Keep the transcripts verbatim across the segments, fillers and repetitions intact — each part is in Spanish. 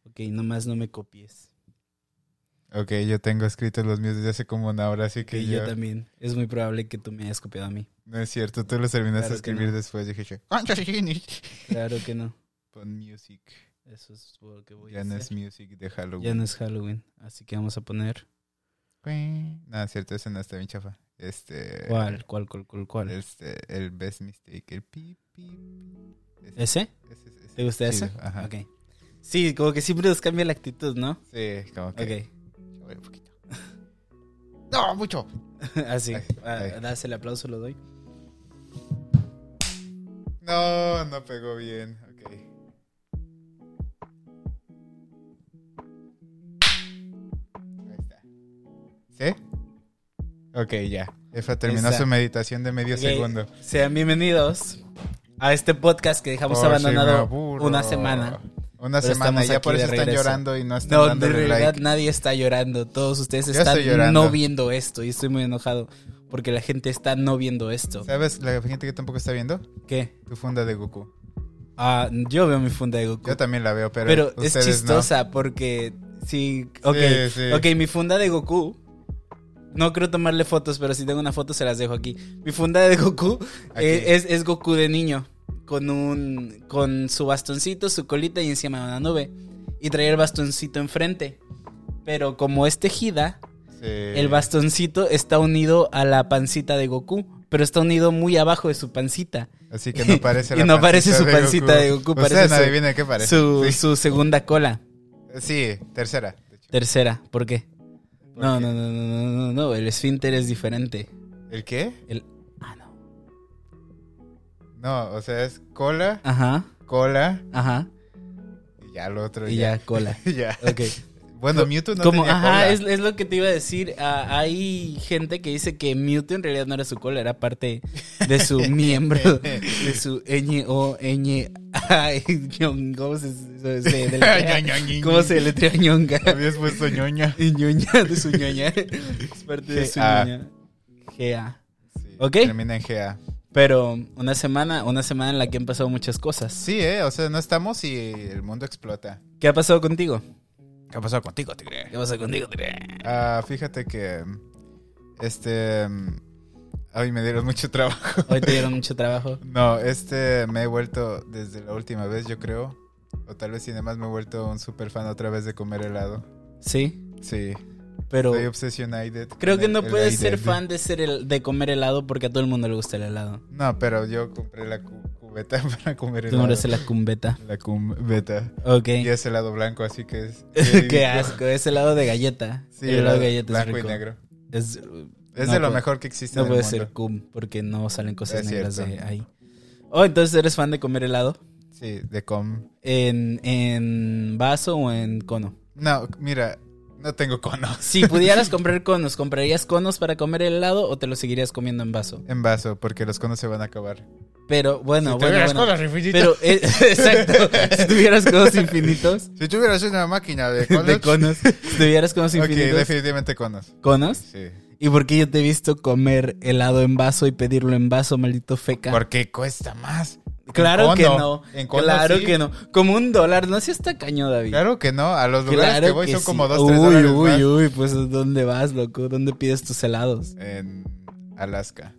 Ok, nomás no me copies. Ok, yo tengo escritos los míos desde hace como una hora, así que Y yo... yo también. Es muy probable que tú me hayas copiado a mí. No es cierto, tú los terminaste Claro de escribir no. después. Dije, Claro que no. pon music. Eso es lo que voy Ya a no hacer. es music de Halloween. Ya no es Halloween, así que vamos a poner... No, es cierto, ese no está bien chafa. Este... ¿Cuál? ¿Cuál? ¿Cuál? ¿Cuál? ¿Cuál? Este, el best mistake, el pi, pi, pi. ¿Ese? Ese, ese, ese. ¿Te gusta Sí, ese? Ajá. Ok. Sí, como que siempre nos cambia la actitud, ¿no? Sí, como que... Ok. Voy un poquito. ¡No, mucho! Así. Ahí, Ah, ahí. das el aplauso, lo doy. No, no pegó bien. Ok. Ahí está. ¿Sí? Ok, ya. Efa terminó Está. su meditación de medio Ok, segundo. Sean bienvenidos a este podcast que dejamos Oh, sí, me abandonado aburro. una semana. Una Pero semana, estamos ya aquí por de eso están regreso. llorando y no están No, de dándole realidad like. nadie está llorando. Todos ustedes Yo están estoy llorando. no viendo esto y estoy muy enojado porque la gente está no viendo esto. ¿Sabes la gente que tampoco está viendo? ¿Qué? Tu funda de Goku. Ah, yo veo mi funda de Goku. Yo también la veo, pero, Pero es ustedes chistosa porque sí, ok, Sí, sí. ok, mi funda de Goku. No creo tomarle fotos, pero si tengo una foto se las dejo aquí. Mi funda de Goku Aquí. eh, es, es Goku de niño, con un con su bastoncito, su colita y encima de una nube. Y traía el bastoncito enfrente. Pero como es tejida, no. Sí. el bastoncito está unido a la pancita de Goku, pero está unido muy abajo de su pancita. Así que no parece Y la no parece su pancita pancita de Goku, Ustedes parece no su- adivinen qué parece. Su, sí. su segunda cola. Sí, tercera. de hecho. Tercera, ¿por qué? ¿Por No, qué? no, no, no, no, no, no, el esfínter es diferente. ¿El qué? El... Ah, no. No, o sea, es cola, Ajá, cola ajá. y ya lo otro. Y ya, cola. ya. Ok. Bueno, Mewtwo no Como, tenía ajá, cola. es, es lo que te iba a decir. Ah, hay gente que dice que Mewtwo en realidad no era su cola, era parte de su miembro, de su ñ o ñ ay, ñon, ¿cómo se, se, se deletrea? ¿Cómo se deletrea ñonga? Habías puesto ñoña. Y ñoña de su ñoña. Es parte de su G A. ñoña. G A. Sí, ¿Ok? Termina en G A. Pero una semana, una semana en la que han pasado muchas cosas. Sí, eh, o sea, no estamos y el mundo explota. ¿Qué ha pasado contigo? ¿Qué ha pasado contigo, tigre? ¿Qué pasa contigo, tigre? Ah, fíjate que este hoy me dieron mucho trabajo. Hoy te dieron mucho trabajo. No, este me he vuelto desde la última vez, yo creo, o tal vez sin más me he vuelto un super fan otra vez de comer helado. Sí, Sí, pero estoy obsesionado. creo con que el- no el puedes aire. ser fan de ser el, de comer helado porque a todo el mundo le gusta el helado. No, pero yo compré la cu- cubeta para comer Tú helado. no eres la cumbeta. La cubeta. Ok. Y es helado blanco, así que es... Qué asco, es helado de galleta. Sí, el helado de helado galleta es blanco y rico. negro. Es, Es no de lo puede- mejor que existe No en puede el mundo. ser cum porque no salen cosas Es negras cierto. de ahí. Oh, entonces eres fan de comer helado Sí, de com... en, en vaso o en cono. No, mira, no tengo cono. Si pudieras comprar conos, ¿comprarías conos para comer el helado o te lo seguirías comiendo en vaso? En vaso, porque los conos se van a acabar. Pero bueno, Si bueno, tuvieras bueno. conos infinitos. Pero eh, exacto, si tuvieras conos infinitos Si tuvieras una máquina de conos... de conos, si tuvieras conos Ok, infinitos, definitivamente conos. conos. Sí. ¿Y por qué yo te he visto comer helado en vaso y pedirlo en vaso, maldito feca? Porque cuesta más. Claro En que cono. no. En cono, Claro sí. que no. Como un dólar, no seas tacaño, David. Claro que no. A los lugares Claro que voy que son sí. como dos, tres uy, dólares uy, más. uy, pues ¿dónde vas, loco? ¿Dónde pides tus helados? En Alaska.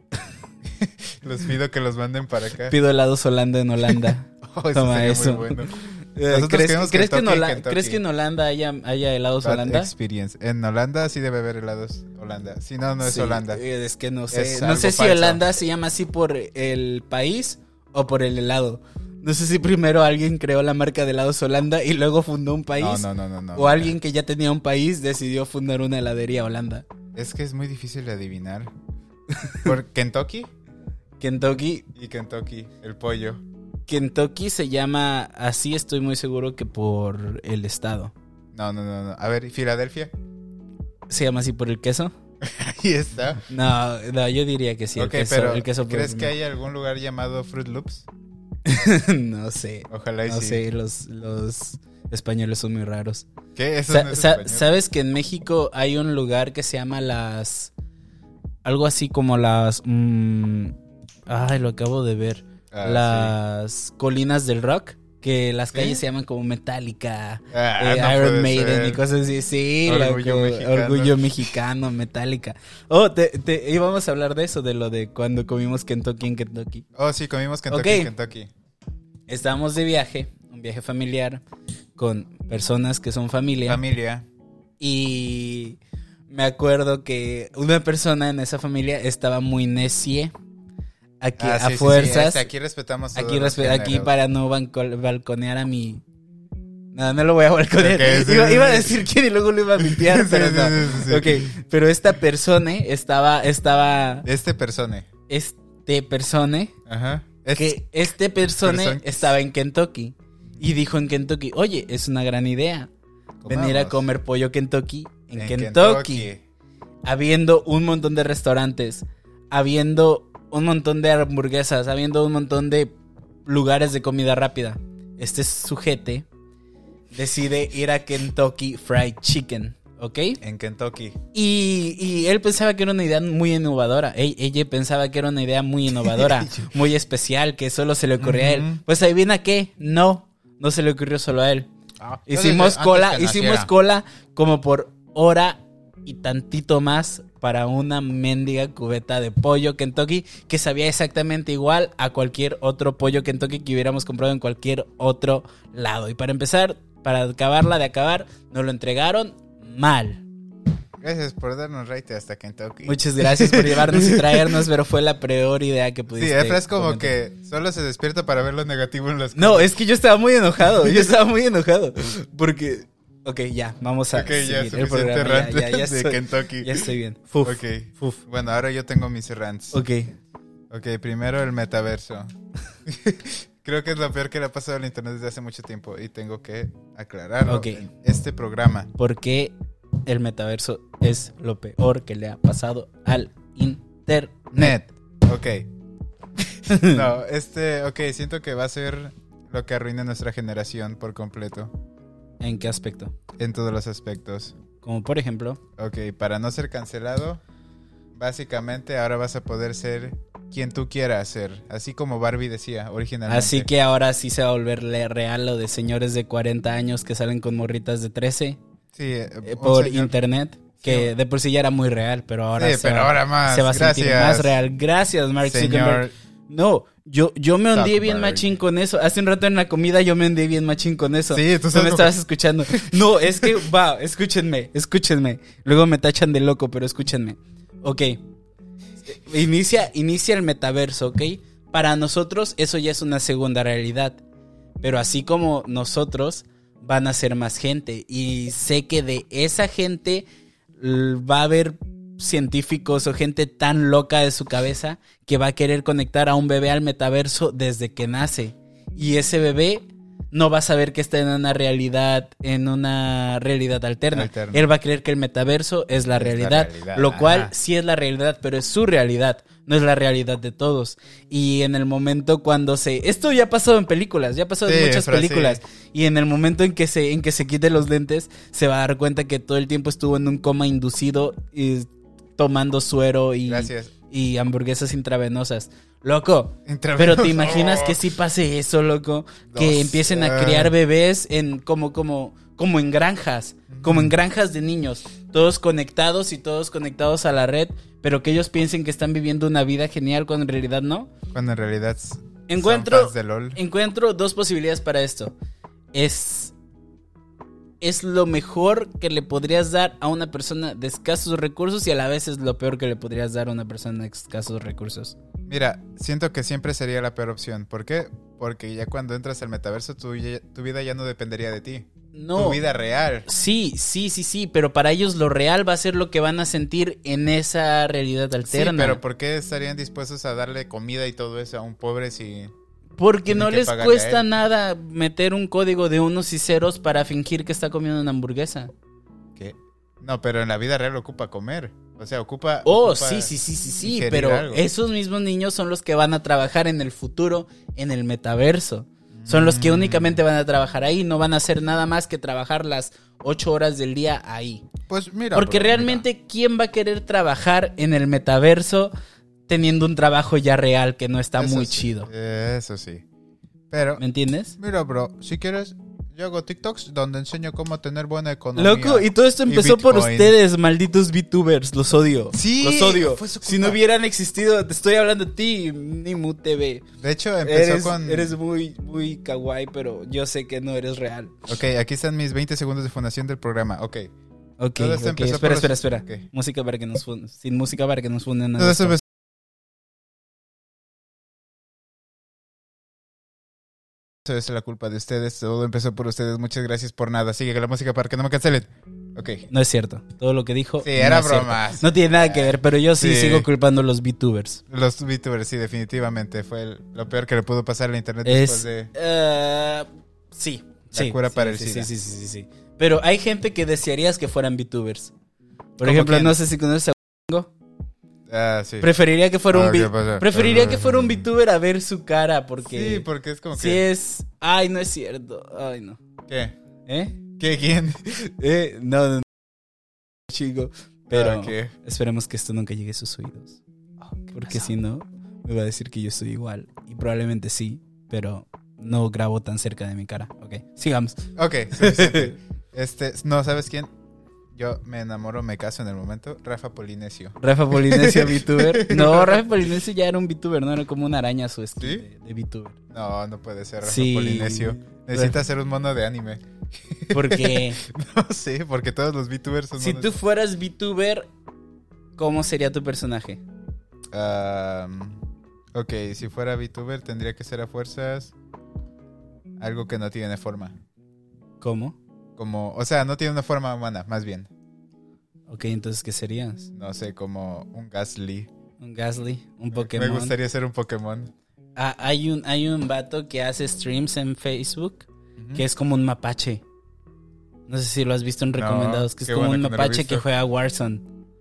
Los pido que los manden para acá. Pido helados Holanda en Holanda. Oh, eso Toma sería eso. muy bueno. Eh, Nosotros ¿Crees, queremos ¿crees que en Kentucky, Hola- Kentucky. ¿Crees que en Holanda haya, haya helados Bad Holanda? Experience. En Holanda sí debe haber helados Holanda. Si no, no es Sí, Holanda. eh, Es que no sé. Es No algo sé si falso. Holanda se llama así por el país o por el helado. No sé si primero alguien creó la marca de helados Holanda y luego fundó un país. No, no, no, no, no. O alguien que ya tenía un país decidió fundar una heladería Holanda. Es que es muy difícil de adivinar. Por Kentucky Kentucky, y Kentucky, el pollo. Kentucky se llama así, estoy muy seguro que por el estado. No, no, no, no. A ver, ¿Filadelfia? ¿Se llama así por el queso? Ahí está. No, no, yo diría que sí. El ok, queso, pero el queso por ¿crees el- que hay algún lugar llamado Fruit Loops? No sé. Ojalá y No sí. sé, los, los españoles son muy raros. ¿Qué? Eso Sa- no es sa- español. ¿Sabes que en México hay un lugar que se llama las... Algo así como las... mm, ay, lo acabo de ver. Ah, las colinas del rock. Que las ¿Sí? calles se llaman como Metallica, Ah, eh, no Iron puede Maiden ser. y cosas así. Sí, Orgullo loco, mexicano. Orgullo mexicano, Metallica. Oh, te, te, íbamos a hablar de eso, de lo de cuando comimos Kentucky en Kentucky. Oh, sí, comimos Kentucky, Ok. Kentucky. Estábamos de viaje, un viaje familiar, con personas que son familia. Familia. Y me acuerdo que una persona en esa familia estaba muy necia. Aquí, Ah, a sí, sí, sí, fuerzas. este, aquí respetamos todos Aquí, los respe- aquí géneros. para no banco- balconear a mi... No, no lo voy a balconear. Ok, sí, iba, sí, iba a sí. decir quién y luego lo iba a limpiar, Sí, pero sí, no. sí, sí, sí. Ok, pero esta persona estaba... Estaba... Este persone. Este persona... Ajá. Es- Que este persona Person- estaba en Kentucky. Y dijo en Kentucky, oye, es una gran idea venir a comamos. comer pollo Kentucky en, En Kentucky. Habiendo un montón de restaurantes, habiendo un montón de hamburguesas, habiendo un montón de lugares de comida rápida. Este sujete decide ir a Kentucky Fried Chicken, ¿ok? En Kentucky. Y, y él pensaba que era una idea muy innovadora. Ey- ella pensaba que era una idea muy innovadora, muy especial, que solo se le ocurría a él. Ujú. Pues adivina qué, no, no se le ocurrió solo a él. Ah, Hicimos antes cola, que hicimos naciera. cola como por hora y tantito más para una mendiga cubeta de pollo Kentucky que sabía exactamente igual a cualquier otro pollo Kentucky que hubiéramos comprado en cualquier otro lado. Y para empezar, para acabarla de acabar, nos lo entregaron mal. Gracias por darnos raite hasta Kentucky. Muchas gracias por llevarnos y traernos, pero fue la peor idea que Sí, pudiste. Efra es como comentar. que solo se despierta para ver lo negativo en las cosas. No, es que yo estaba muy enojado, yo estaba muy enojado. Porque, ok, ya, vamos a Ok, ya, seguir el suficiente programa. rant Ya, ya, ya de estoy, Kentucky. ya estoy bien. Fuf, Ok. fuf. Bueno, ahora yo tengo mis rants. Ok, Ok, primero el metaverso. Creo que es lo peor que le ha pasado al internet desde hace mucho tiempo y tengo que aclararlo Ok. en este programa. ¿por qué el metaverso es lo peor que le ha pasado al internet? Net. Ok. No, este, ok, siento que va a ser lo que arruine nuestra generación por completo. ¿En qué aspecto? En todos los aspectos. Como por ejemplo, Ok, para no ser cancelado, básicamente ahora vas a poder ser quien tú quieras ser. Así como Barbie decía originalmente. así que ahora sí se va a volver le- real lo de señores de cuarenta años que salen con morritas de trece Sí, eh, eh, un por señor- internet. Que Sí. de por sí ya era muy real, pero ahora, Sí, se, pero va, ahora más. se va a sentir Gracias, más real. Gracias, Mark Zuckerberg. Señor. No, yo, yo me hundí bien Zuckerberg. machín con eso. Hace un rato en la comida yo me hundí bien machín con eso. Sí, tú Tú sabes me lo estabas que- escuchando. No, es que, va, escúchenme, escúchenme. Luego me tachan de loco, pero escúchenme. Ok. Inicia, inicia el metaverso, ¿ok? Para nosotros eso ya es una segunda realidad. Pero así como nosotros, van a ser más gente. Y sé que de esa gente l- va a haber científicos o gente tan loca de su cabeza que va a querer conectar a un bebé al metaverso desde que nace. Y ese bebé no va a saber que está en una realidad, en una realidad alterna. Alterna. Él va a creer que el metaverso es la Es la realidad, realidad, lo cual ajá. sí es la realidad, pero es su realidad, no es la realidad de todos. Y en el momento cuando se... Esto ya ha pasado en películas, ya ha pasado en Sí, muchas Fra, sí. películas. Y en el momento en que se en que se quite los lentes, se va a dar cuenta que todo el tiempo estuvo en un coma inducido y tomando suero y, Gracias. y hamburguesas intravenosas. Loco, Intravenoso. pero te imaginas que sí pase eso, loco, que No empiecen a sé. criar bebés en como como como en granjas, como en granjas de niños, todos conectados y todos conectados a la red, pero que ellos piensen que están viviendo una vida genial cuando en realidad no. Cuando en realidad s- Encuentro- son fans de LOL. Encuentro dos posibilidades para esto. Es es lo mejor que le podrías dar a una persona de escasos recursos y a la vez es lo peor que le podrías dar a una persona de escasos recursos. Mira, siento que siempre sería la peor opción. ¿Por qué? Porque ya cuando entras al metaverso, tu, ya- tu vida ya no dependería de ti. No. Tu vida real. Sí, sí, sí, sí, pero para ellos lo real va a ser lo que van a sentir en esa realidad alterna. Sí, pero ¿por qué estarían dispuestos a darle comida y todo eso a un pobre si... Porque tienen no que les pagarle a cuesta él? nada meter un código de unos y ceros para fingir que está comiendo una hamburguesa. ¿Qué? No, pero en la vida real ocupa comer. O sea, ocupa... Oh, ocupa sí, sí, sí, sí, sí, ingerir pero algo. esos mismos niños son los que van a trabajar en el futuro, en el metaverso. Son los que Mm. únicamente van a trabajar ahí, no van a hacer nada más que trabajar las ocho horas del día ahí. Pues mira... Porque bro, realmente, ¿quién va a querer trabajar en el metaverso teniendo un trabajo ya real que no está mira. Eso muy sí, chido? Eso sí. Pero, ¿Me entiendes? mira, bro, si quieres, yo hago TikToks donde enseño cómo tener buena economía. Loco, y todo esto empezó por Bitcoin. ustedes, malditos VTubers. Los odio. Sí, los odio. fue su Si no culpa. hubieran existido, te estoy hablando de ti, Nimu T V. De hecho, empezó Eres, con... eres muy, muy kawaii, pero yo sé que no eres real. Ok, aquí están mis veinte segundos de fundación del programa. Ok. Ok, Todo esto ok, empezó espera, por espera, los- espera. Ok. Música para que nos funden. Sin música para que nos funden. Todo esto empezó- Eso es la culpa de ustedes. Todo empezó por ustedes. Muchas gracias por nada. Sigue con la música para que no me cancelen. Ok. No es cierto. Todo lo que dijo. Sí, no era es cierto. bromas. No tiene nada que ver, pero yo sí, Sí. sigo culpando a los VTubers. Los VTubers, sí, definitivamente. Fue el- lo peor que le pudo pasar a la internet Es. después de... eh, sí. La sí, cura sí, para el sí, SIDA. Sí, sí, sí, sí, sí. Pero hay gente que desearías que fueran VTubers. Por ¿Cómo ejemplo, quién? no sé si conoces a Wingo. Ah, sí. Preferiría que fuera Ah, un ¿qué vi- pasa? Preferiría que fuera un VTuber a ver su cara porque Sí, porque es como si que... es, ay, no es cierto. Ay, no. ¿Qué? ¿Eh? ¿Qué? ¿Quién? Eh, no, no, no, chico, pero Ah, ¿qué? esperemos que esto nunca llegue a sus oídos. Porque pasó? si no, me va a decir que yo estoy igual. Y probablemente sí, pero no grabo tan cerca de mi cara. Ok, sigamos. Ok, suficiente. Este, no, ¿sabes quién? Yo me enamoro, me caso en el momento. Rafa Polinesio. Rafa Polinesio, VTuber. No, Rafa Polinesio ya era un VTuber, no era como una araña su skin ¿Sí? de, de VTuber. No, no puede ser Rafa Sí. Polinesio. Necesita ser un mono de anime. Porque No sé, porque todos los VTubers son si monos. tú fueras VTuber, ¿cómo sería tu personaje? Um, ok, si fuera VTuber tendría que ser a fuerzas algo que no tiene forma. ¿Cómo? Como, o sea, no tiene una forma humana, más bien. Ok, entonces, ¿qué serías? No sé, como un Gasly. ¿Un Gasly? ¿Un Pokémon? Me gustaría ser un Pokémon. Ah, hay un, hay un vato que hace streams en Facebook que es como un mapache. No sé si lo has visto en No, recomendados, que es qué como bueno un que no lo he mapache que visto. juega Warzone.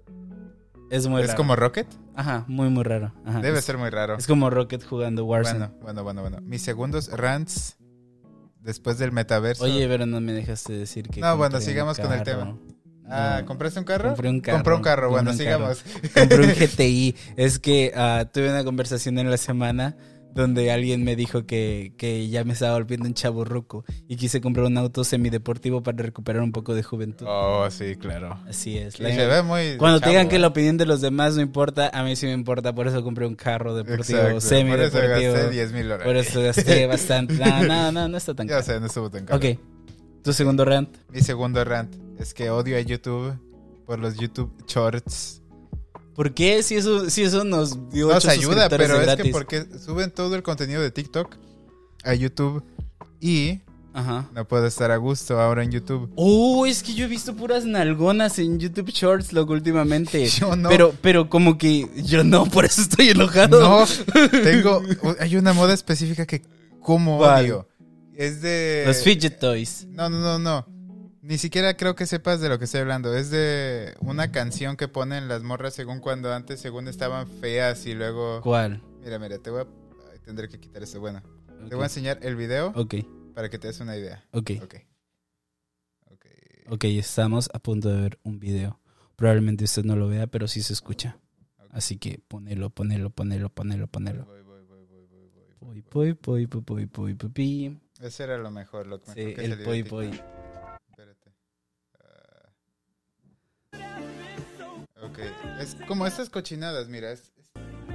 Es muy ¿Es raro. como Rocket? Ajá, muy muy raro. Ajá, Debe es, ser muy raro. es como Rocket jugando Warzone. Bueno, bueno, bueno, bueno. Mis segundos rants después del metaverso. Oye, pero no me dejaste decir que No, bueno, compré un sigamos con el carro. tema. Ah, No. ¿compraste un carro? Compré un carro. Compré un carro, compré bueno, un sigamos. Compré un G T I. Es que ah, tuve una conversación en la semana donde alguien me dijo que, que ya me estaba volviendo un chaburruco y quise comprar un auto semideportivo para recuperar un poco de juventud. Oh, sí, claro. Así es. Y La- se ve muy Cuando te chavo, digan que ¿eh? la opinión de los demás no importa, a mí sí me importa. Por eso compré un carro deportivo, Exacto, por eso semideportivo. gasté diez mil dólares. Por eso gasté bastante. No, no, no, no está tan Ya caro. sé, no estuvo tan caro. Ok. Tu segundo rant. Mi segundo rant es que odio a YouTube por los YouTube Shorts. ¿Por qué? Si eso, si eso nos dio Nos ocho ayuda, suscriptores pero de es que gratis. porque suben todo el contenido de TikTok a YouTube y Ajá. no puedo estar a gusto ahora en YouTube. Oh, es que yo he visto puras nalgonas en YouTube Shorts, loco, últimamente. Yo no. Pero, pero como que yo no, por eso estoy enojado. No, tengo. Hay una moda específica que como ¿Cuál? odio. Es de. Los fidget toys. No, no, no, no. Ni siquiera creo que sepas de lo que estoy hablando. Es de una canción que ponen las morras según cuando antes, según estaban feas y luego. ¿Cuál? Mira, mira, te voy a. Ay, tendré que quitar esto. Bueno, Ok. te voy a enseñar el video Ok, para que te des una idea. ok. Ok. Ok. Ok, estamos a punto de ver un video. Probablemente usted no lo vea, pero sí se escucha. Ok. Así que ponelo, ponelo, ponelo, ponelo, ponelo. Voy, voy, voy, voy, voy, voy, Poi, voy. poi, poi, poi, poi, poi, poi, pi. Ese era lo mejor, lo mejor Sí, que el salió de poi, TikTok. poi. Espérate. Ah. Ok. Es como estas cochinadas, mira. Es, es-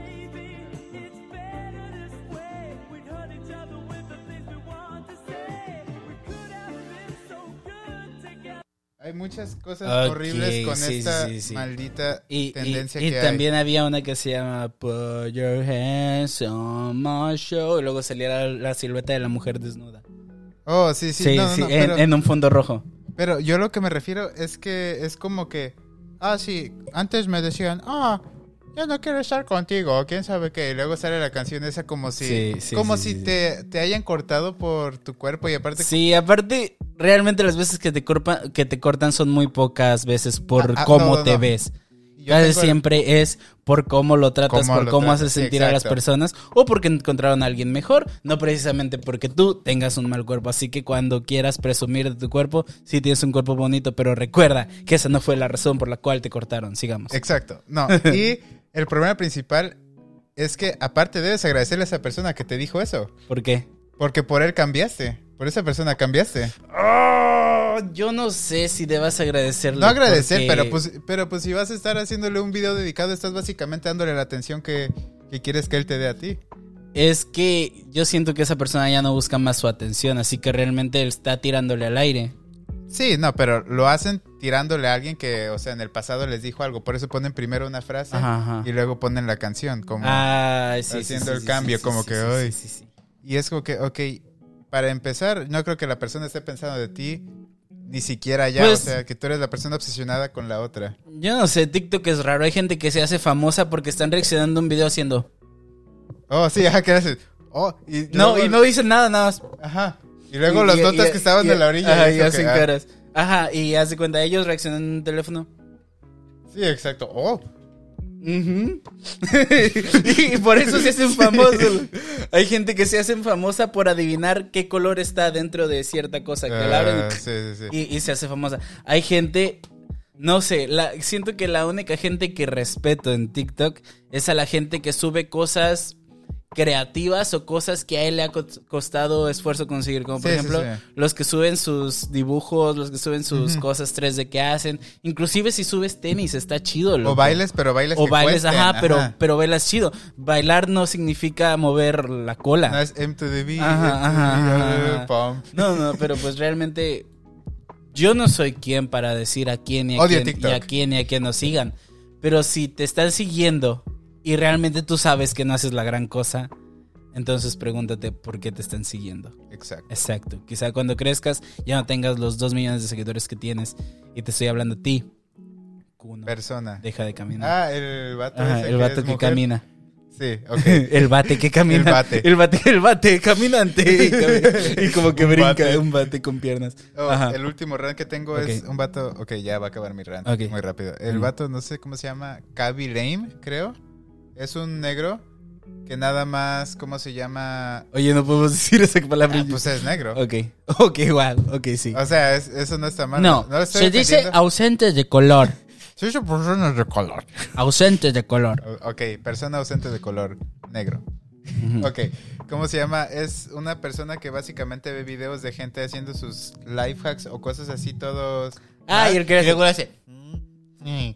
Hay muchas cosas Ok, horribles con sí, esta sí, sí. maldita Y, y- tendencia y que también había una que se llama Put your hands on my show. Y luego salía la, la silueta de la mujer desnuda. hay. Oh, sí, sí. Sí, no, no, sí, no, en, pero, en un fondo rojo. pero yo lo que me refiero es que es como que... Ah, sí. Antes me decían... Ah, yo no quiero estar contigo. ¿Quién sabe qué? Y luego sale la canción esa como si... Sí, sí, como sí, si sí. Te, te hayan cortado por tu cuerpo y aparte... Sí, aparte, realmente las veces que te, corpa- que te cortan son muy pocas veces por Ah, ah, cómo no, no, te no. ves. yo Casi tengo- siempre es por cómo lo tratas, Cómo por lo cómo tratas, haces sí, sentir a las exacto. personas o porque encontraron a alguien mejor, no precisamente porque tú tengas un mal cuerpo. Así que cuando quieras presumir de tu cuerpo, sí tienes un cuerpo bonito, pero recuerda que esa no fue la razón por la cual te cortaron. Sigamos. Exacto. No, y el problema principal es que aparte debes agradecerle a esa persona que te dijo eso. ¿Por qué? Porque por él cambiaste. Por esa persona cambiaste. Oh, yo no sé si debas agradecerle. No agradecer, porque... pero pues pero pues si vas a estar haciéndole un video dedicado, estás básicamente dándole la atención que, que quieres que él te dé a ti. Es que yo siento que esa persona ya no busca más su atención, así que realmente él está tirándole al aire. Sí, no, pero lo hacen tirándole a alguien que, o sea, en el pasado les dijo algo. Por eso ponen primero una frase Ajá, ajá. y luego ponen la canción, como Ah, sí, haciendo sí, sí, el sí, cambio, sí, como sí, que sí, hoy. sí, sí, sí. Y es como que, ok, para empezar, no creo que la persona esté pensando de ti ni siquiera ya, Pues- o sea, que tú eres la persona obsesionada con la otra. Yo no sé, TikTok es raro. Hay gente que se hace famosa porque están reaccionando a un video haciendo... Oh, sí, ajá, ¿qué haces? Oh, y No, luego- y no dicen nada, nada más. Ajá. Y luego Y- los y- notas y- que estaban y- de la orilla. Ajá, y y eso hacen que, ah, caras. Ajá, y hace cuenta, ellos reaccionan en un teléfono. Sí, exacto. Oh, Ujú. Y por eso se hacen famosos. Hay gente que se hacen famosa por adivinar qué color está dentro de cierta cosa. Que la abren ah, sí, sí, sí. y, y se hace famosa. Hay gente, no sé, la, siento que la única gente que respeto en TikTok es a la gente que sube cosas creativas o cosas que a él le ha co- costado esfuerzo conseguir, como por Sí, sí, ejemplo sí. los que suben sus dibujos, los que suben sus Ujú. cosas tres D que hacen, inclusive si subes tenis está chido, loco. O bailes, pero bailes O que bailes, cuenten, ajá, pero, ajá. pero bailas chido. Bailar no significa mover la cola. No es M to the B, Ajá, M to the ajá, B, ajá, uh, pump. No, no, pero pues realmente yo no soy quien para decir a quién y a Odio quién y TikTok. a quién y a quién nos sigan. Pero si te están siguiendo y realmente tú sabes que no haces la gran cosa, entonces pregúntate por qué te están siguiendo. Exacto. Exacto. Quizá cuando crezcas ya no tengas los dos millones de seguidores que tienes y te estoy hablando a ti. Kuno, Persona. deja de caminar. Ah, el vato Ajá, ese el vato es que mujer. camina. Sí, ok. El bate que camina. El bate. El bate, el bate caminante. Y, cami- y como que Un brinca, bate. un bate con piernas. Oh, Ajá. el último rant que tengo es Ok. un vato. Ok, ya va a acabar mi rant. Ok. Muy rápido. El Mm. vato, no sé cómo se llama. Kaby Lame, creo. Es un negro que nada más. ¿Cómo se llama? Oye, no podemos decir esa palabra. Ah, pues es negro. Ok, ok, igual, ok, sí. O sea, es- eso no está mal. No, lo estoy se dice defendiendo. ausente de color. Sí, son personas de color. Ausente de color. O- Ok, persona ausente de color negro. Ujú. Ok, ¿cómo se llama? Es una persona que básicamente ve videos de gente haciendo sus life hacks o cosas así todos. Ah, mal. y el que luego hace. Y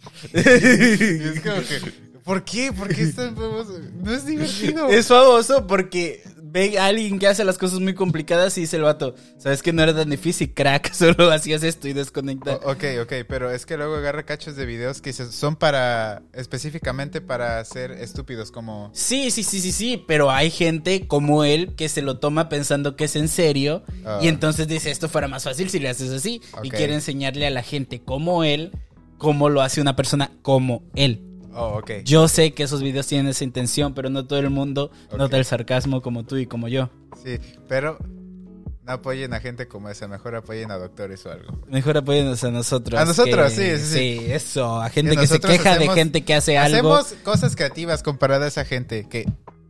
es como que, ¿por qué? ¿Por qué es tan famoso? No es divertido. Es famoso porque ve a alguien que hace las cosas muy complicadas y dice el vato, sabes que no era tan difícil, crack, solo hacías esto y desconecta. O- ok, ok, pero es que luego agarra cachos de videos que se- son para, específicamente para ser estúpidos, como... Sí, sí, sí, sí, sí, pero hay gente como él que se lo toma pensando que es en serio Ah. y entonces dice, esto fuera más fácil si le haces así y Ok. quiere enseñarle a la gente como él, cómo lo hace una persona como él. Oh, ok. Yo sé que esos videos tienen esa intención, pero no todo el mundo Ok. nota el sarcasmo como tú y como yo. Sí, pero no apoyen a gente como esa, mejor apoyen a doctores o algo. Mejor apóyennos a nosotros. A nosotros, que- sí, sí, sí. eso, a gente Que que se nosotros queja hacemos- de gente que hace algo. Hacemos cosas creativas comparada a esa gente que...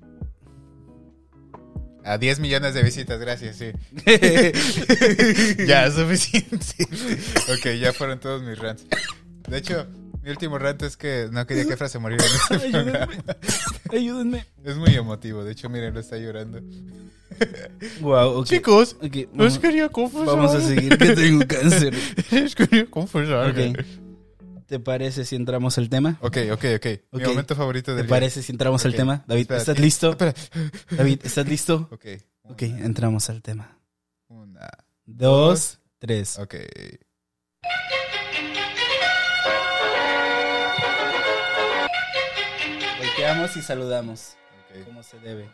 A diez millones de visitas, gracias, sí. Ya, es suficiente. Ok, ya fueron todos mis rants. De hecho, mi último rant es que no quería que Frase muriera en este programa. Ayúdenme. Es muy emotivo, de hecho, miren, lo está llorando. Wow, ok. Chicos, Ok, les vamos, quería confesar. vamos a seguir que tengo cáncer. Les quería confesar. Ok. ¿Te parece si entramos al tema? Ok, ok, ok. Mi Ok. momento favorito ¿Te del parece si entramos Ok. al tema? David, Espera, ¿estás sí. listo? Espera. David, ¿estás listo? Ok. Ok, entramos al tema. Una. Dos, tres. Ok. Volteamos y saludamos, Ok. como se debe.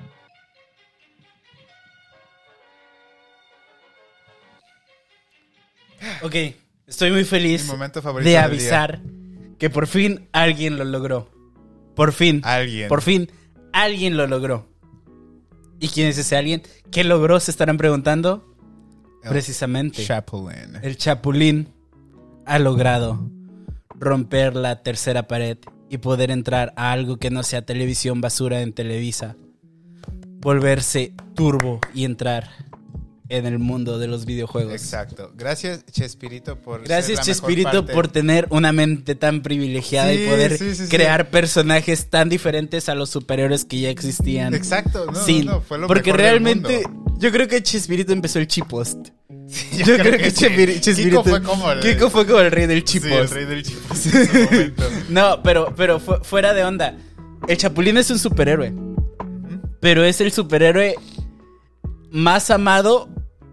Ok, estoy muy Mi feliz momento favorito de del avisar que por fin alguien lo logró. Por fin. día. Alguien. Por fin, alguien lo logró. ¿Y quién es ese alguien? ¿Qué logró? Se estarán preguntando. El Precisamente, Chapulín. el Chapulín ha logrado romper la tercera pared y poder entrar a algo que no sea televisión basura en Televisa. Volverse turbo y entrar en el mundo de los videojuegos. Exacto. Gracias, Chespirito, por Gracias, ser la Chespirito, mejor parte. por tener una mente tan privilegiada Sí, y poder sí, sí, sí. crear personajes tan diferentes a los superhéroes que ya existían. Exacto, no, Sí, no, no, fue lo porque mejor del realmente mundo. yo creo que Chespirito empezó el chipost. Sí, Yo, creo, que, sí. Chespiri- Chespirito Kiko fue como el, Kiko fue como el rey del sí, chipost. el rey del chipost en su momento. No, pero, pero fu- fuera de onda. El Chapulín es un superhéroe. Pero es el superhéroe más amado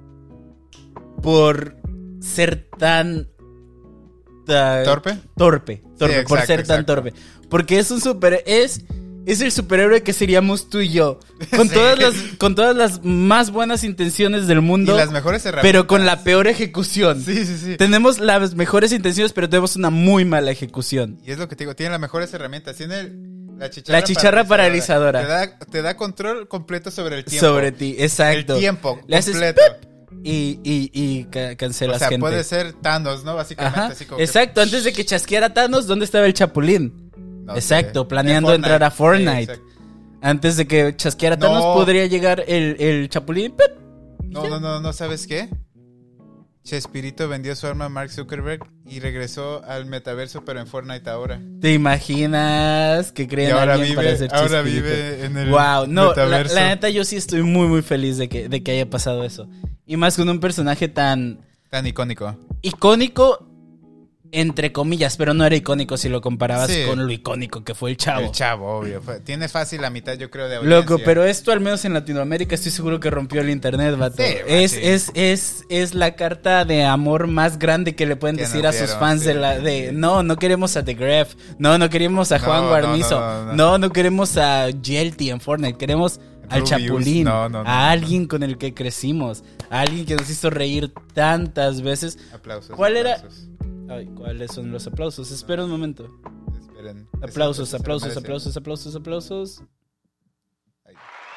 por ser tan... tan- ¿Torpe? Torpe. Torpe, Sí, por exacto, ser tan exacto. torpe. Porque es un super... Es, es el superhéroe que seríamos tú y yo. Con, Sí. todas las, con todas las más buenas intenciones del Y mundo. las mejores herramientas. Pero con la peor ejecución. Sí, sí, sí. Tenemos las mejores intenciones, pero tenemos una muy mala ejecución. Y es lo que te digo, tiene las mejores herramientas. Tiene el- la chicharra, La chicharra paralizadora. Te da, te da control completo sobre el tiempo. Sobre ti, exacto. El tiempo Le haces completo. Y, y, y ca- O cancelas sea, gente. puede ser Thanos, ¿no? Básicamente. Ajá, Así como que- exacto. Antes de que chasqueara Thanos, ¿dónde estaba el Chapulín? No exacto, sé. planeando En Fortnite. entrar a Fortnite. Sí, exacto. Antes de que chasqueara No. Thanos, podría llegar el, el Chapulín. ¡pip! No, no, no, no, ¿sabes qué? Chespirito vendió su arma a Mark Zuckerberg y regresó al metaverso, pero en Fortnite ahora. ¿Te imaginas que Y creen ahora alguien para vive, hacer ahora Chespirito? vive en el Wow, no, la, metaverso. la neta yo sí estoy muy muy feliz de que, de que haya pasado eso. Y más con un personaje tan Tan icónico. icónico, entre comillas, pero no era icónico si lo comparabas Sí. con lo icónico que fue el Chavo. El Chavo, obvio. Fue- tiene fácil la mitad, yo creo, de audiencia. Loco, pero esto al menos en Latinoamérica estoy seguro que rompió el internet, vato. Sí, es, machín. es, es, es la carta de amor más grande que le pueden Que decir nos a sus dieron, fans sí. de la de no, no queremos a The Gref, no, no queremos a No, Juan no, Guarnizo, no, no, no, no. no queremos a Yelty en Fortnite, queremos al Rubius. Chapulín, No, no, no, a no. alguien con el que crecimos, a alguien que nos hizo reír tantas veces. Aplausos. ¿Cuál era? aplausos. Ay, ¿cuáles son los aplausos? Espera un momento. Esperen. Aplausos, Eso- eso se aplausos, merece. aplausos, aplausos, aplausos. Ahí.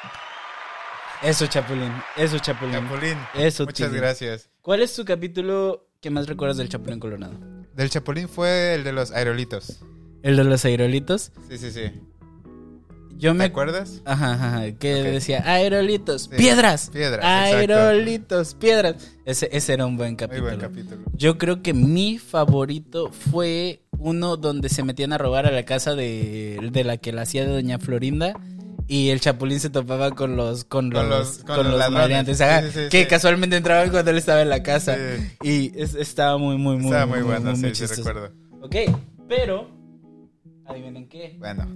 Eso, Chapulín. Eso, Chapulín. Chapulín. Eso, Muchas Tilín. gracias. ¿Cuál es tu capítulo que más recuerdas del Chapulín Colorado? Del Chapulín fue el de los aerolitos. ¿El de los aerolitos? Sí, sí, sí. Yo ¿Te me... acuerdas? Ajá, ajá, ajá, que Ok. decía aerolitos, Sí. piedras. Piedras, Aerolitos, piedras. Ese, ese era un buen Muy capítulo. buen capítulo. Yo creo que mi favorito fue uno donde se metían a robar a la casa de, de la que la hacía de Doña Florinda. Y el Chapulín se topaba con los con, Con los, los- con con los los ladrones. maleantes, ajá, Sí, sí, sí, que sí. casualmente entraban cuando él estaba en la casa. Sí. Y es- estaba muy, muy, muy, Estaba muy bueno, muy sí, sí, chistoso. recuerdo. Ok, pero adivinen qué. Bueno.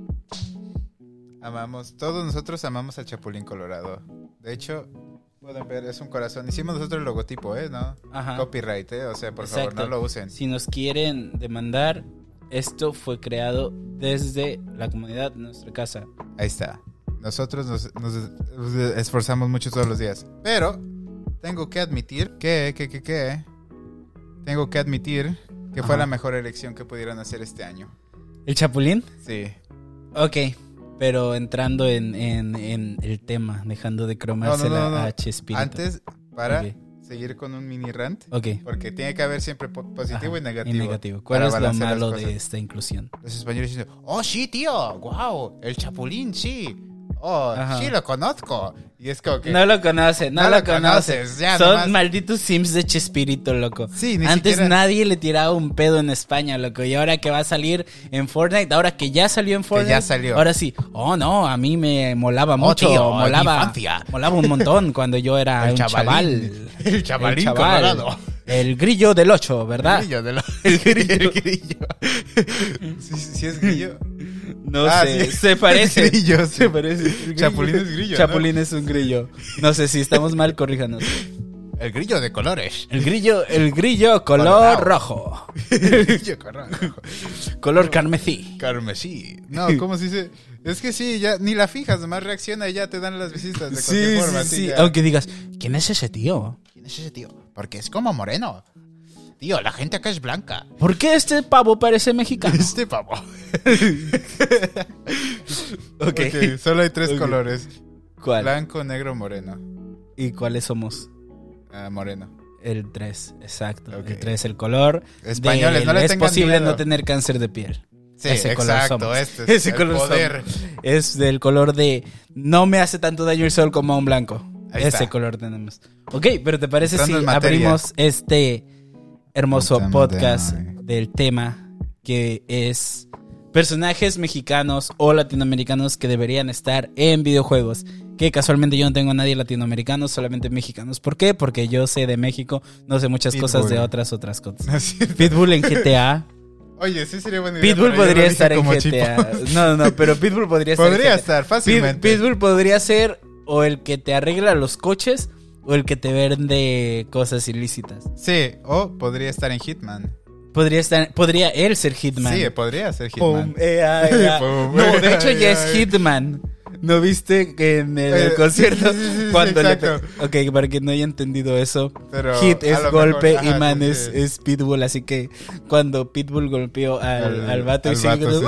Amamos, todos nosotros amamos al Chapulín Colorado. De hecho, pueden ver, es un corazón. Hicimos nosotros el logotipo, ¿eh? ¿No? Ajá. Copyright, ¿eh? O sea, por favor, Exacto. no lo usen. Si nos quieren demandar, esto fue creado desde la comunidad de nuestra casa. Ahí está. Nosotros nos, nos esforzamos mucho todos los días. Pero tengo que admitir que, que, que, que... Tengo que admitir que fue Ajá. la mejor elección que pudieron hacer este año. ¿El Chapulín? Sí. Ok, pero entrando en, en, en el tema, dejando de cromársela No, no, no, no. a Chespirito. Antes, para Ok. seguir con un mini rant, Ok. porque tiene que haber siempre po- positivo Ajá, y negativo. Y negativo. ¿Cuál para es lo balancear las malo cosas. de esta inclusión? Los españoles dicen, oh sí, tío, wow, el Chapulín, sí. Oh, Ajá. sí, lo conozco. Y es como que... No lo conoce, no, No lo, lo conoce. conoces, ya, Son nomás. malditos sims de Chespirito, loco. Sí, ni Antes siquiera- nadie le tiraba un pedo en España, loco. Y ahora que va a salir en Fortnite, ahora que ya salió en Fortnite. ya salió. Ahora sí. Oh, no, a mí me molaba mucho. tío, en mi molaba, infancia. molaba un montón cuando yo era El un chavalín. chaval. El chavalín El chaval. colorado. El grillo del ocho, ¿verdad? El grillo de lo- El grillo. El grillo. Sí, sí, sí es grillo. No Ah, sé, sí. se parece. Es grillo, sí. Se parece. El grillo. Chapulín es grillo, ¿no? Chapulín es un grillo. No sé si estamos mal, corríjanos. El grillo de colores. El grillo, el grillo color Colorado. rojo. El grillo colorado. Color carmesí. Carmesí. No, ¿cómo se dice? Es que sí, ya ni la fijas, nomás reacciona y ya te dan las visitas de Sí, cualquier sí, forma. sí. ya. Aunque digas, ¿quién es ese tío? ¿Quién es ese tío? Porque es como moreno. Tío, la gente acá es blanca. ¿Por qué este pavo parece mexicano? Este pavo. Ok. Ok, solo hay tres Ok. colores. ¿Cuál? Blanco, negro, moreno. ¿Y cuáles somos? Ah, moreno. El tres, exacto. Ok. El tres, el color. Españoles, del- no le es tengan posible miedo. no tener cáncer de piel. Sí, Ese color exacto. somos. Este es Ese el color poder. somos. Es del color de no me hace tanto daño el sol como a un blanco. Ahí Ese está. color tenemos. Ok, pero ¿te parece Entrando si en materia. abrimos este hermoso Entrando podcast en- del tema que es personajes mexicanos o latinoamericanos que deberían estar en videojuegos? Que casualmente yo no tengo a nadie latinoamericano, solamente mexicanos. ¿Por qué? Porque yo sé de México, no sé muchas Pitbull. cosas de otras otras cosas. Así es. Pitbull en G T A. Oye, sí sería buena idea. Pitbull pero yo lo podría dije estar en como G T A. chipos. No, no, no, pero Pitbull podría estar en Podría G T A. estar Pit- fácilmente. Pitbull podría ser o el que te arregla los coches o el que te vende cosas ilícitas. Sí, o podría estar en Hitman. Podría estar, podría él ser Hitman. Sí, podría ser Pum, Hitman. eh, ah, eh, ah. Pum, No, eh, de hecho ay, ya es ay. Hitman. ¿No viste que en el, Eh, concierto sí, sí, sí, sí, cuando le exacto. pe- Ok, para que no haya entendido eso. Pero Hit a es lo golpe mejor- y ajá, man sí, es, sí. es Pitbull, así que cuando Pitbull golpeó al, Al- al vato y al sigue vato,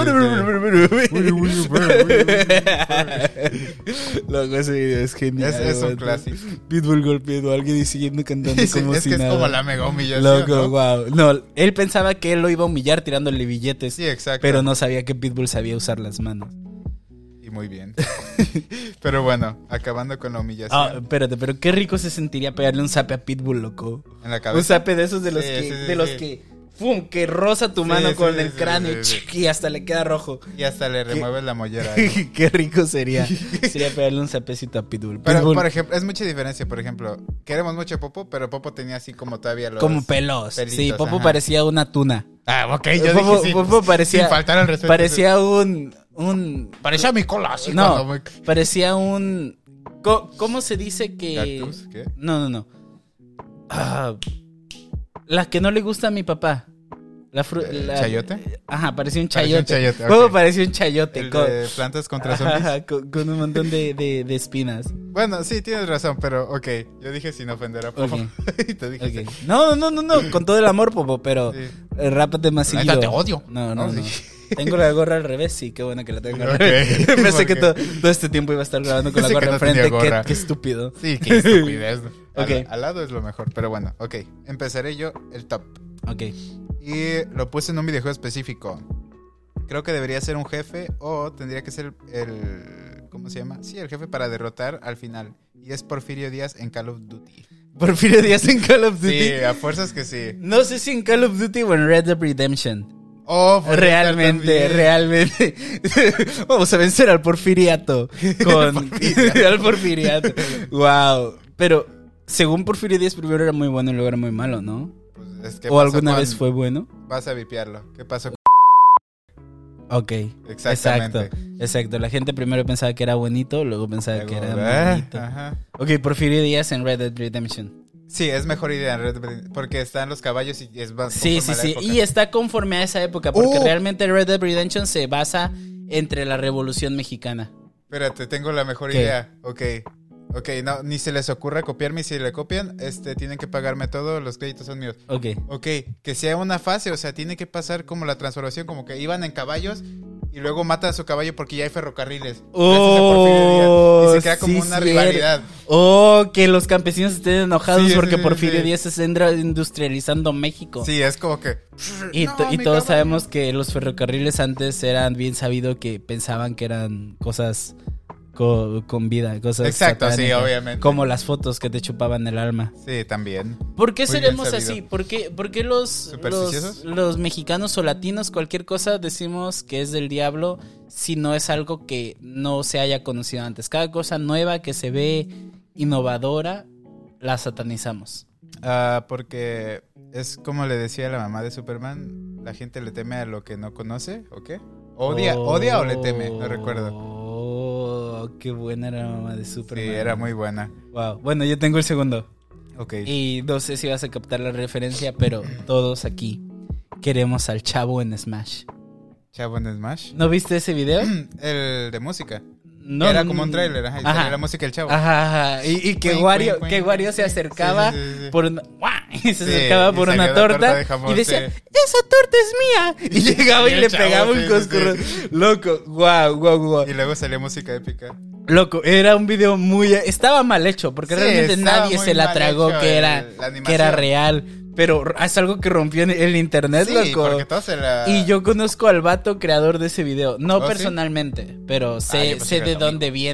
Loco, ese video es genial. Es, es un vato. clásico. Pitbull golpeando a alguien y siguiendo cantando Sí, como es si que es nada. como la mega humillación. Loco, ¿no? wow. No, él pensaba que él lo iba a humillar tirándole billetes, Sí, exacto. pero no sabía que Pitbull sabía usar las manos. Y muy bien. Pero bueno, acabando con la humillación. Ah, espérate, pero qué rico se sentiría pegarle un zape a Pitbull, loco. En la Un cabeza. zape de esos de los Sí, que, sí, sí, de los sí. que, pum, que roza tu Sí, mano sí, con sí, el sí, cráneo sí, sí. y hasta le queda rojo. Y hasta le remueves la mollera. ahí. Qué rico sería. Sería pegarle un zapecito a Pitbull. Pero, Pitbull por ejemplo, es mucha diferencia. Por ejemplo, queremos mucho a Popo, pero Popo tenía así como todavía los... como pelos. pelitos, Sí, Popo ajá. parecía una tuna. Ah, ok, yo Popo- dije sí. Popo parecía- Sin faltar al respeto. Parecía un un Parecía mi cola, así No, cuando me- parecía un co- ¿Cómo se dice que ¿Cactus? ¿Qué? No, no, no. Ah, la que no le gusta a mi papá. La fru- la- ¿Chayote? Ajá, parecía un Parecía un chayote. chayote, Popo ok. parecía un chayote. El con, de plantas contra ajá, zombies. ajá, con, con un montón de, de, de espinas. Bueno, sí, tienes razón, pero ok. Yo dije sin ofender a Popo. Y te dije Ok. No, no, no, no, con todo el amor, Popo, pero Sí. eh, rápate más La seguido. neta, te odio. No, no, No, no. sí. Tengo la gorra al revés, sí, qué bueno que la tengo al Ok, revés. Pensé que porque- todo, todo este tiempo iba a estar grabando con la Pensé que gorra no enfrente. tenía Qué, gorra. qué estúpido. Sí, qué estupidez. Al, Ok. al lado es lo mejor, pero bueno, ok. Empezaré yo el top. Ok. Y lo puse en un videojuego específico. Creo que debería ser un jefe o tendría que ser el... ¿Cómo se llama? Sí, el jefe para derrotar al final. Y es Porfirio Díaz en Call of Duty. Porfirio Díaz en Call of Duty. Sí, a fuerzas que sí. No sé si en Call of Duty o en Red Dead Redemption. Oh, podría estar Realmente, también. realmente. Vamos a vencer al porfiriato. Con... Porfiriato. al porfiriato. Wow. Pero, según Porfirio Díaz, primero era muy bueno y luego era muy malo, ¿no? Pues, es que ¿O pasó alguna con- vez fue bueno? Vas a vipiarlo. ¿Qué pasó con... Ok. Exactamente. Exacto. Exacto. La gente primero pensaba que era bonito, luego pensaba que era Ah, bonito. ajá. Ok, Porfirio Díaz en Red Dead Redemption. Sí, es mejor idea en Red Dead, porque están los caballos y es más Sí, sí, conforme a la sí. época. Y está conforme a esa época, porque Oh. realmente Red Dead Redemption se basa entre la Revolución Mexicana. Espérate, tengo la mejor ¿Qué? idea. Ok. Ok, no, ni se les ocurra copiarme y si le copian, este, tienen que pagarme todo, los créditos son míos. Ok. Ok, que sea una fase, o sea, tiene que pasar como la transformación, como que iban en caballos y luego matan a su caballo porque ya hay ferrocarriles. Gracias a Porfirio Díaz. Y se crea como sí, una cierto. rivalidad. Oh, que los campesinos estén enojados Sí, sí, porque sí, Porfirio sí. Díaz está indra- industrializando México. Sí, es como que... Y, No, to- y mi todos caballo. sabemos que los ferrocarriles antes eran bien sabido que pensaban que eran cosas co- con vida, cosas Exacto, sí, satánicas, obviamente. como las fotos que te chupaban el alma. Sí, también. ¿Por qué Muy bien seremos sabido. así? ¿Por qué, por qué los, ¿Supersticiosos? los, los mexicanos o latinos, cualquier cosa, decimos que es del diablo si no es algo que no se haya conocido antes? Cada cosa nueva que se ve innovadora, la satanizamos. Ah, porque es como le decía la mamá de Superman, la gente le teme a lo que no conoce, ¿o qué? Odia, odia o le teme, no recuerdo. Oh, qué buena era la mamá de Sí, Superman. era muy buena. Wow. Bueno, yo tengo el segundo. Ok. Y no sé si vas a captar la referencia, pero todos aquí queremos al chavo en Smash. Chavo en Smash. ¿No viste ese video? El de música. No, Era no, como un no. tráiler, ajá, y Ajá. salía la música del chavo. Ajá, ajá. Y, y que Cuin, Wario, cuin, que cuin, Wario se cuin. acercaba Sí, sí, sí, sí. por una, y se Sí, acercaba y por salía una la torta, torta de jamón, y decía, sí. esa torta es mía. Y llegaba y, Y el le chavo, pegaba un sí, sí, coscorrón. Loco, guau, guau, guau. Y luego salía música épica. Loco, era un video muy... Estaba mal hecho, porque Sí, realmente estaba nadie muy se la mal tragó hecho que el- era, la animación. que era real. Pero es algo que rompió en el internet, Sí, loco. porque todos se la... Y yo conozco al vato creador de ese video. No ¿Oh, sí? personalmente, pero Ah, sé, yo pensé sé que de era tu dónde viene.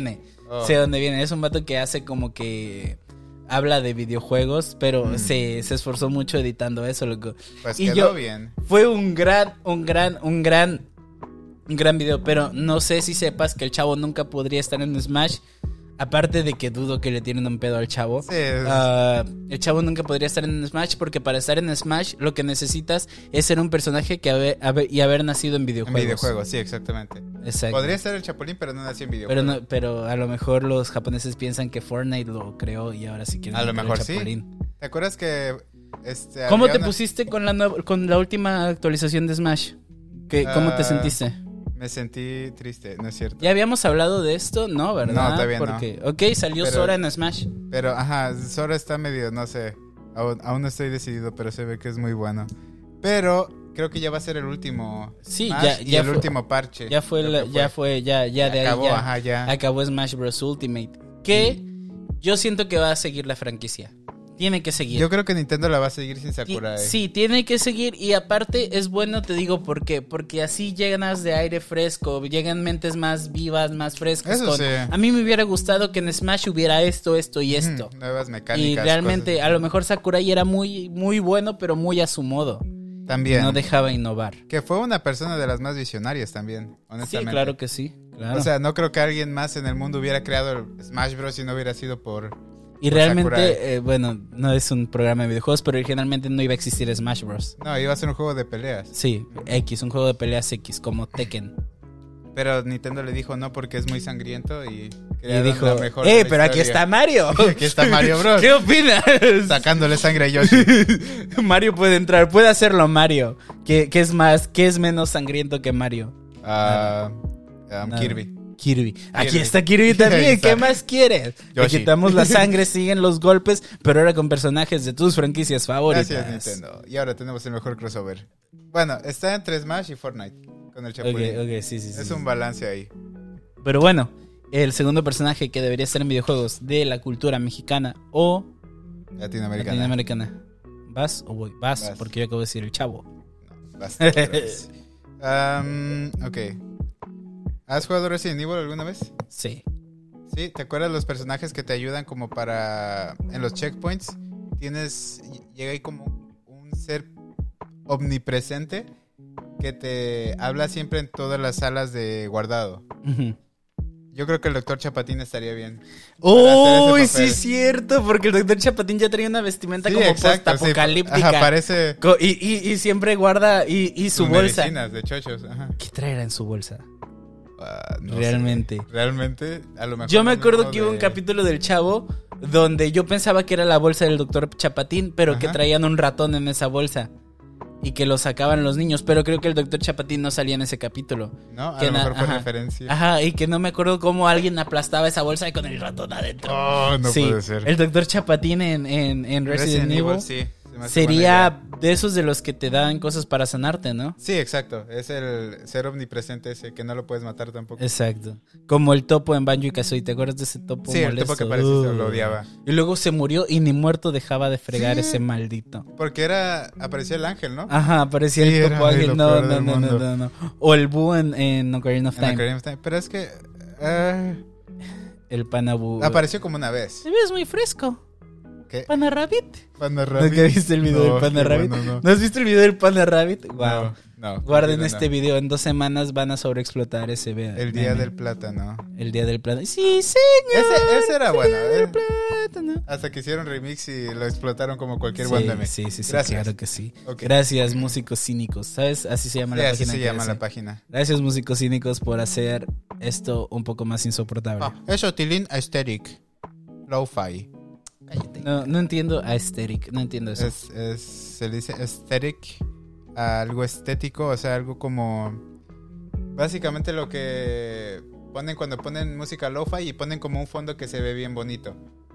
Oh. sé dónde viene. Es un vato que hace como que habla de videojuegos, pero Mm. se, se esforzó mucho editando eso, loco. Pues Y quedó yo- bien. Fue un gran, un gran, un gran, un gran video, pero no sé si sepas que el chavo nunca podría estar en Smash. Aparte de que dudo que le tienen un pedo al chavo. Sí, es- Ah, el chavo nunca podría estar en Smash porque para estar en Smash lo que necesitas es ser un personaje que haber, haber- y haber nacido en en videojuegos. videojuegos, sí, exactamente. Exacto. Podría ser el Chapulín, pero no nació en Pero, videojuegos. no, pero a lo mejor los japoneses piensan que Fortnite lo creó y ahora sí quieren A lo meter el mejor sí. Chapulín. ¿Te acuerdas que este, ¿Cómo había te una- pusiste con la nueva, con la última actualización de Smash? ¿Qué, ¿Cómo te Ah, sentiste? Me sentí triste, no es cierto. ¿Ya habíamos hablado de esto? No, ¿verdad? No, todavía no. Porque, ok, salió Pero- Sora en Smash. Pero, ajá, Sora está medio, no sé. Aún, aún no estoy decidido, pero se ve que es muy bueno. Pero creo que ya va a ser el último. Sí, Smash ya- y ya el fue- último parche. Ya fue, Creo la- que ya fue, ya, ya de acabó, ahí ya ajá, ya. acabó Smash Bros. Ultimate. Que yo siento que va a seguir la franquicia. Tiene que seguir. Yo creo que Nintendo la va a seguir sin Ti- Sakurai. Sí, tiene que seguir y aparte es bueno, te digo por qué, porque así llenas de aire fresco, llegan mentes más vivas, más frescas. Eso con- sí. A mí me hubiera gustado que en Smash hubiera esto, esto y esto. Ujú, nuevas mecánicas. Y realmente cosas a lo mejor Sakurai era muy, muy bueno, pero muy a su modo. así. También. No dejaba innovar. Que fue una persona de las más visionarias también, Sí, honestamente. claro que sí. Claro. O sea, no creo que alguien más en el mundo hubiera creado el Smash Bros. Si no hubiera sido por... y por realmente, Sakurai. eh, bueno, no es un programa de videojuegos, pero originalmente no iba a existir Smash Bros. No, iba a ser un juego de peleas. Sí, X, un juego de peleas X, como Tekken. Pero Nintendo le dijo no porque es muy sangriento y... Y crearon dijo, la mejor ¡eh, de la pero aquí historia". está Mario! Aquí está Mario Bros. ¿Qué opinas? Sacándole sangre a Yoshi. Mario puede entrar, puede hacerlo Mario. ¿Qué, qué es más, qué es menos sangriento que Mario? Ah, um, Nada. Kirby. Kirby. Aquí Kirby. está Kirby Ahí también. está. ¿Qué más quieres? Le Yoshi. quitamos la sangre, siguen los golpes, pero ahora con personajes de tus franquicias favoritas. Gracias, Nintendo. Y ahora tenemos el mejor crossover. Bueno, está entre Smash y Fortnite con el Ok, Chapulín. ok, sí, sí, sí. Es sí. un balance ahí. Pero bueno, el segundo personaje que debería estar en videojuegos de la cultura mexicana o Latinoamericana. latinoamericana. ¿Vas o voy? Vas, Vas. porque yo acabo de decir el chavo. No, basta otra vez. Um, ok. ¿Has jugado Resident Evil alguna vez? Sí. Sí, ¿te acuerdas los personajes que te ayudan como para... En los checkpoints tienes... Llega ahí como un ser omnipresente que te habla siempre en todas las salas de guardado. Ujú. Yo creo que el doctor Chapatín estaría bien. para hacer ¡Uy, ese sí papel. es cierto! Porque el doctor Chapatín ya traía una vestimenta Sí, como exacto, sí. post-apocalíptica. Ajá, parece... Co- y, y- y siempre guarda y, y su sus bolsa. medicinas de chochos. Ajá. ¿Qué traerá en su bolsa? Ah, no sé. Realmente. Realmente, a lo mejor... Yo me no acuerdo uno que hubo un de- capítulo del Chavo donde yo pensaba que era la bolsa del doctor Chapatín, pero que Ajá. traían un ratón en esa bolsa y que lo sacaban los niños, pero creo que el doctor Chapatín no salía en ese capítulo. No, a que lo na- mejor fue ajá. referencia. Ajá, y que no me acuerdo cómo alguien aplastaba esa bolsa y con el ratón adentro. Oh, no sí, puede ser. el doctor Chapatín en, en, en Resident, Evil, sí. se me hace buena sería idea. de esos de los que te dan cosas para sanarte, ¿no? Sí, exacto. Es el ser omnipresente ese que no lo puedes matar tampoco. Exacto. Como el topo en Banjo y Kazooie, ¿te acuerdas de ese topo Sí, el molesto? topo que parecía Uh. lo odiaba. Y luego se murió y ni muerto dejaba de fregar Sí. ese maldito. Porque era... Aparecía el ángel, ¿no? Ajá, parecía Sí, el era topo de ángel. lo No, peor no, del no, no, mundo. no, no. O el búho en, en Ocarina of En Time. Ocarina of Time. Pero es que... eh, El Panabú. apareció como una vez. Te ves muy fresco. ¿Qué? Pana Rabbit. Panda ¿No Rabbit. que viste el video No, del Panda qué Rabbit? bueno, no. ¿No has visto el video del Panda Rabbit? Wow. No, no, Guarden no, este no. video. En dos semanas van a sobreexplotar ese video. El día meme. del plátano. El día del plátano. Sí, señor. Ese, ese era bueno. El día del eh. plátano. Hasta que hicieron remix y lo explotaron como cualquier Sí, buen meme. sí, sí, sí, Gracias. claro que sí. Ok. Gracias, músicos cínicos. ¿Sabes? Así se llama Sí, la así página. se que llama hace. la página. Gracias, músicos cínicos, por hacer esto un poco más insoportable. Ah, es Otilin Aesthetic. Lo-fi. Cállate. No, no entiendo aesthetic, no entiendo eso. Es, es, se le dice aesthetic, algo estético, o sea, algo como... Básicamente lo que ponen cuando ponen música lo-fi y ponen como un fondo que se ve bien bonito.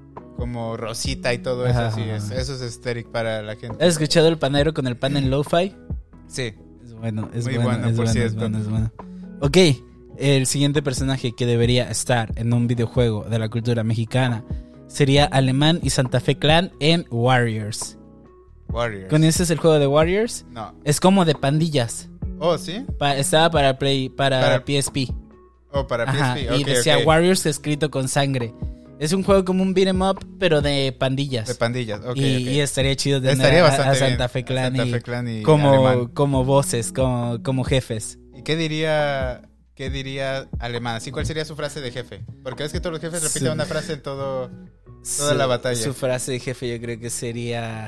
Como rosita y todo eso, Ajá, así ajá, es. ajá. Eso es aesthetic para la gente. ¿Has escuchado el panadero con el pan en lo-fi? Sí. Es bueno, es Muy bueno, bueno, es por bueno, es cierto. bueno, es bueno. Ok, el siguiente personaje que debería estar en un videojuego de la cultura mexicana sería Alemán y Santa Fe Clan en Warriors. Warriors. ¿Conoces el juego de Warriors? No. Es como de pandillas. Oh, ¿sí? Pa- estaba para Play, para, Para- P S P. Oh, para Ajá, P S P. y Ok, decía ok. Warriors escrito con sangre. Es un juego como un beat'em up, pero de pandillas. De pandillas, ok, y, ok. y estaría chido tener Estaría a, bastante a Santa bien. Fe Clan, A Santa y, Fe Clan y como, Alemán. como voces, como, como jefes. ¿Y qué diría, qué diría Alemán? Así, ¿cuál sería su frase de jefe? Porque es que todos los jefes repiten Su- una frase en todo... Toda Su- la batalla. Su frase de jefe yo creo que sería...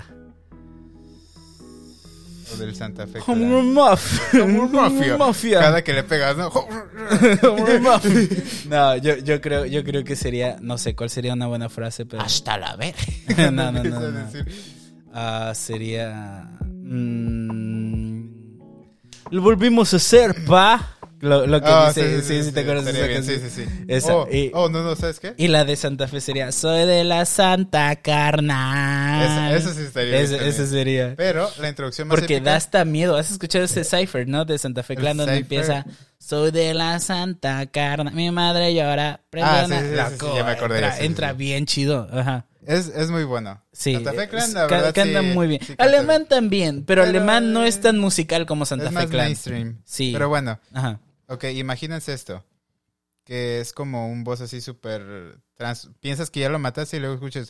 O del Santa Fe Como Clan. un mafia. Como un mafia. mafia. Cada que le pegas, ¿no? Como un mafia. No, yo, yo creo, yo creo que sería, no sé cuál sería una buena frase, pero. Hasta la ver. no, no, no, no, no. Ah, sería. mm, lo volvimos a hacer, pa. Lo, lo que Ah, dice, sí, sí, te acuerdas de estaría esa bien, canción. sí, sí, sí. Esa, oh, y- oh, no, no, ¿sabes qué? Y la de Santa Fe sería, soy de la Santa Carnal. Esa, esa sí estaría bien. Ese, también. ese sería. Pero la introducción más Porque épica- da hasta miedo. ¿Has escuchado ese cipher, no? De Santa Fe El Clan, donde cipher. empieza, soy de la Santa Carna, mi madre llora. prende Ah, una-". sí, sí, sí, Loco, sí, ya me acordé, Entra, sí, sí, entra sí. bien chido. Ajá. Es, es muy bueno. Sí. Santa Fe Clan, es- la ca- verdad, canta sí- muy bien. sí canta Alemán bien. también, pero, Pero, alemán no eh, es tan musical como Santa Es Fe más Clan. mainstream. Sí. Pero bueno, Ajá. ok, imagínense esto. Que es como un boss así súper... Trans... Piensas que ya lo mataste y luego escuchas...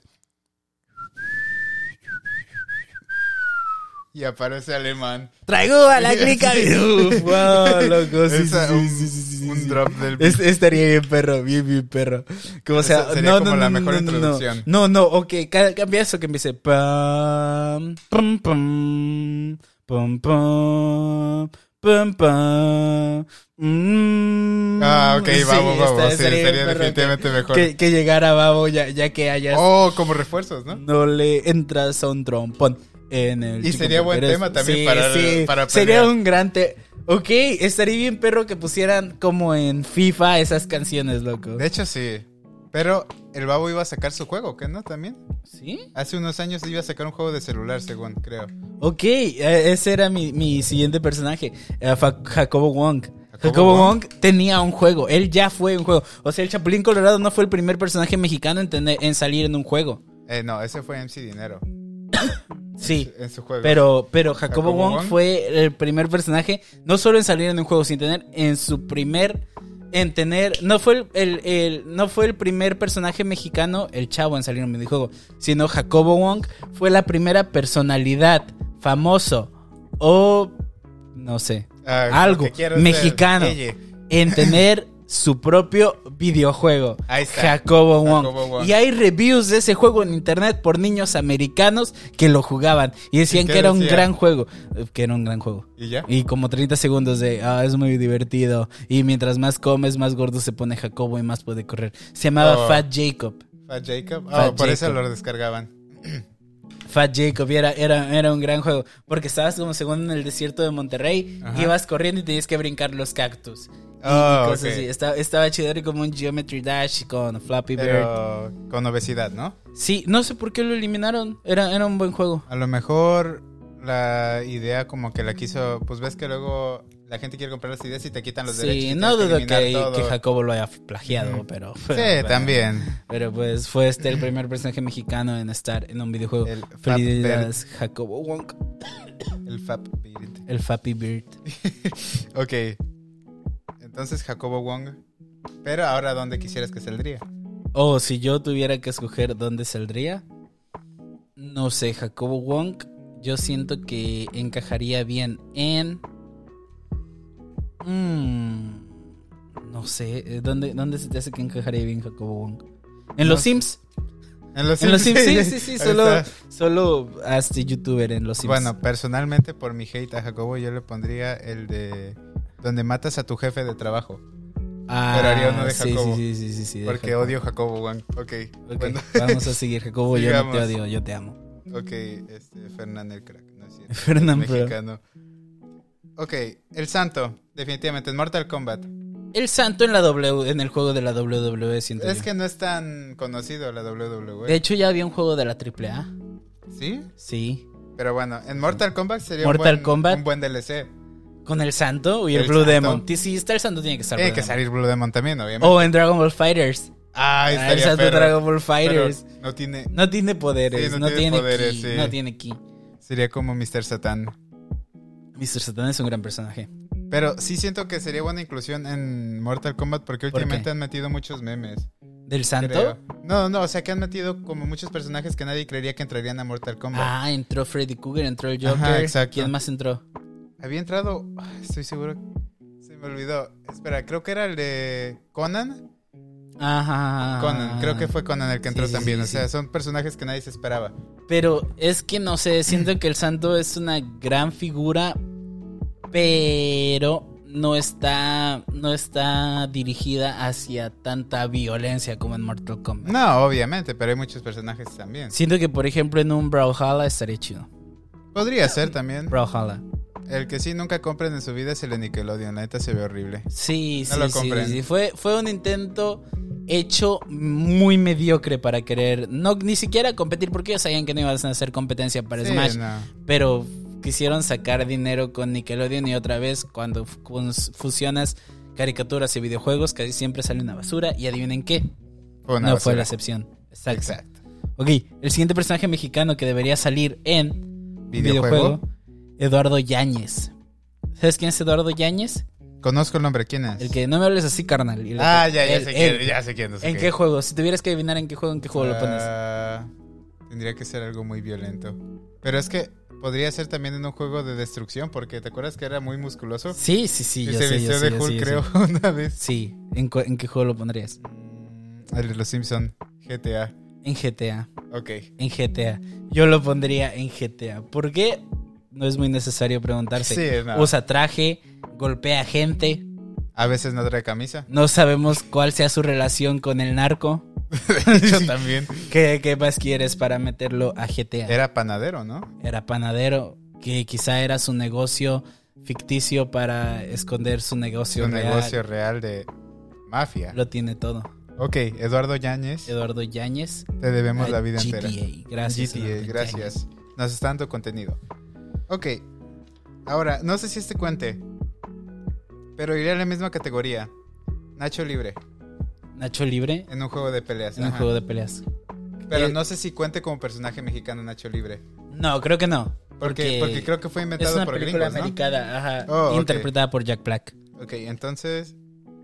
Y aparece alemán. Traigo a la clica. Uf, wow, loco. Sí, Esa- sí, un, sí, sí, sí, sí, un sí. drop del... Es- estaría bien perro, bien, bien perro. Como sea, Esa sería no, como no, la no, mejor no, no, introducción. No, no, ok, ca- cambia eso que empiece. Pam, pam, pam, pam, pam, pam, pam. Mm. Ah, ok, Sí, vamos, vamos. está- Sí, estaría sería bien perro definitivamente mejor. Que, que llegara Babo ya, ya que hayas... Oh, como refuerzos, ¿no? No le entras a un trompón en el Y chico sería buen porqueres. tema también Sí, para- sí. para Sería pelear. un gran te... Ok, estaría bien perro que pusieran como en FIFA esas canciones, loco. De hecho, sí. Pero el babo iba a sacar su juego, ¿qué no? También. ¿Sí? Hace unos años iba a sacar un juego de celular, según, creo. Ok, eh, ese era mi, mi siguiente personaje, eh, Fa- Jacobo Wong. Jacobo Jacobo Wong. Wong tenía un juego, él ya fue un juego. O sea, el Chapulín Colorado no fue el primer personaje mexicano en, tener- en salir en un juego. Eh, no, ese fue M C Dinero. Sí. En su juego. Pero, pero Jacobo, Jacobo Wong, Wong. fue el primer personaje, no solo en salir en un juego, sin tener en su primer, en tener, no fue el, el- el- no fue el primer personaje mexicano, el chavo en salir en un videojuego, sino Jacobo Wong fue la primera personalidad, famoso o no sé, Ah, algo que quiero ser mexicano ella. en tener su propio videojuego. Ahí está. Jacobo Wong. Jacobo Wong. Y hay reviews de ese juego en internet por niños americanos que lo jugaban y decían ¿Y qué que era un decía? gran juego. Eh, Que era un gran juego. ¿Y ya? Y como treinta segundos de, ah, es muy divertido. Y mientras más comes, más gordo se pone Jacobo y más puede correr. Se llamaba Oh. Fat Jacob. Fat Jacob. Oh, Fat por eso Jacob. lo descargaban. Fat Jacob y era, era, era un gran juego. Porque estabas como segundo en el desierto de Monterrey, Ajá. ibas corriendo y tenías que brincar los cactus. Y, Oh, y cosas ok. así. Estaba, estaba chido, era como un Geometry Dash con Flappy Bird. Pero con obesidad, ¿no? Sí, no sé por qué lo eliminaron. Era, era un buen juego. A lo mejor la idea como que la quiso... Pues ves que luego la gente quiere comprar las ideas y te quitan los derechos. Sí, y no tienes dudo eliminar que, todo. que Jacobo lo haya plagiado, Ujú. pero, Sí, pero- pero- también. Pero pues fue este el primer personaje mexicano en estar en un videojuego. El Fat Felicidades, Jacobo Wong. El Fap Bird. El Flappy Bird. Ok. Entonces Jacobo Wong. Pero ahora, ¿dónde quisieras que saldría? Oh, si yo tuviera que escoger dónde saldría, no sé, Jacobo Wong, yo siento que encajaría bien en... Mm, no sé, eh, ¿dónde, ¿dónde se te hace que encajaría bien Jacobo Wong? ¿En No los sé. Sims? En los En los Sims, sí, Ahí sí, sí, solo, está. solo hazte youtuber en los Sims. Bueno, personalmente, por mi hate a Jacobo, yo le pondría el de... Donde matas a tu jefe de trabajo. Ah, pero haría uno de sí, Jacobo. Sí, sí, sí, sí, sí, de Porque Jacobo. odio Jacobo Wong. Ok. Ok, Bueno. vamos a seguir, Jacobo, yo no te Sigamos. odio, yo te amo. Ok, este, Fernán el crack, no es cierto. Fernán Pro. Mexicano. Ok, el santo, definitivamente, en Mortal Kombat. El santo en la W, en el juego de la W W E, siento Es yo. que no es tan conocido la W W E. De hecho, ya había un juego de la triple A. ¿Sí? Sí. Pero bueno, en Mortal Kombat sería Mortal un, buen, Kombat. un buen D L C. Con el santo y el, El Blue santo. Demon. Sí, sí, está el santo, tiene que estar. Tiene Blue que Demon. salir Blue Demon también, obviamente. O en Dragon Ball Fighters. Ah, Ah, el estaría santo de perro. Dragon Ball Fighters. Pero no tiene... No tiene poderes, Sí, no, no tiene tiene poderes, ki, sí. no tiene ki. Sería como mister Satan. mister Satan es un gran personaje. Pero sí siento que sería buena inclusión en Mortal Kombat porque ¿Por últimamente qué? han metido muchos memes. ¿Del santo? Creo. No, no, o sea que han metido como muchos personajes que nadie creería que entrarían a Mortal Kombat. Ah, entró Freddy Krueger, entró el Joker. Ajá, exacto. ¿Quién más entró? Había entrado, ah, estoy seguro, se me olvidó. Espera, creo que era el de Conan. Ajá. Conan, creo que fue Conan el que entró Sí, sí, también. sí, o sea, sí. son personajes que nadie se esperaba. Pero es que no sé, siento que el santo es una gran figura, pero no está, no está dirigida hacia tanta violencia como en Mortal Kombat. No, obviamente, pero hay muchos personajes también. Siento que, por ejemplo, en un Brawlhalla estaría chido. Podría ser también. Brawlhalla. El que sí nunca compren en su vida es el de Nickelodeon. La neta se ve horrible. Sí, No sí, lo sí, compren. sí. Fue, fue un intento hecho muy mediocre para querer, no ni siquiera competir, porque ellos sabían que no iban a hacer competencia para Sí, Smash, no. pero quisieron sacar dinero con Nickelodeon y otra vez cuando f- cons- fusionas caricaturas y videojuegos casi siempre sale una basura y adivinen qué, Fue una no basura. fue la excepción. Exacto. Exacto. Ok, el siguiente personaje mexicano que debería salir en ¿Videojuego? videojuego, Eduardo Yáñez. ¿Sabes quién es Eduardo Yáñez? Conozco el nombre, ¿quién es? El que no me hables así, carnal. Y el Ah, que- ya, ya él- sé él. quién, ya sé quién. No sé ¿En qué qué juego? Si tuvieras que adivinar en qué juego, ¿en qué juego lo pones? Ah, tendría que ser algo muy violento. Pero es que podría ser también en un juego de destrucción, porque ¿te acuerdas que era muy musculoso? Sí, sí, sí, y yo se sé, vistió yo sé, de yo Hulk, sé, yo sé. creo, una vez. Sí, ¿en, cu- en qué juego lo pondrías? Mm, El de los Simpson, G T A. En G T A, Ok. en G T A. Yo lo pondría en G T A. ¿Por qué? No es muy necesario preguntarse. Sí, no. Usa traje, golpea gente. A veces no trae camisa. No sabemos cuál sea su relación con el narco. Yo también. ¿Qué, qué más quieres para meterlo a G T A? Era panadero, ¿no? Era panadero, que quizá era su negocio ficticio para esconder su negocio Un real. negocio real de mafia. Lo tiene todo. Ok, Eduardo Yáñez. Eduardo Yáñez. Te debemos a la vida G T A. entera. Gracias. G T A, Eduardo gracias. Yáñez. Nos está dando contenido. Ok. Ahora, no sé si este cuente, pero iría a la misma categoría. Nacho Libre, Nacho Libre en un juego de peleas. en un ajá. juego de peleas. Pero Eh, no sé si cuente como personaje mexicano Nacho Libre. No, creo que no. Porque, porque creo que fue es inventado una por película gringos, ¿no? americana, ajá, Oh, ok. interpretada por Jack Black. Ok, entonces...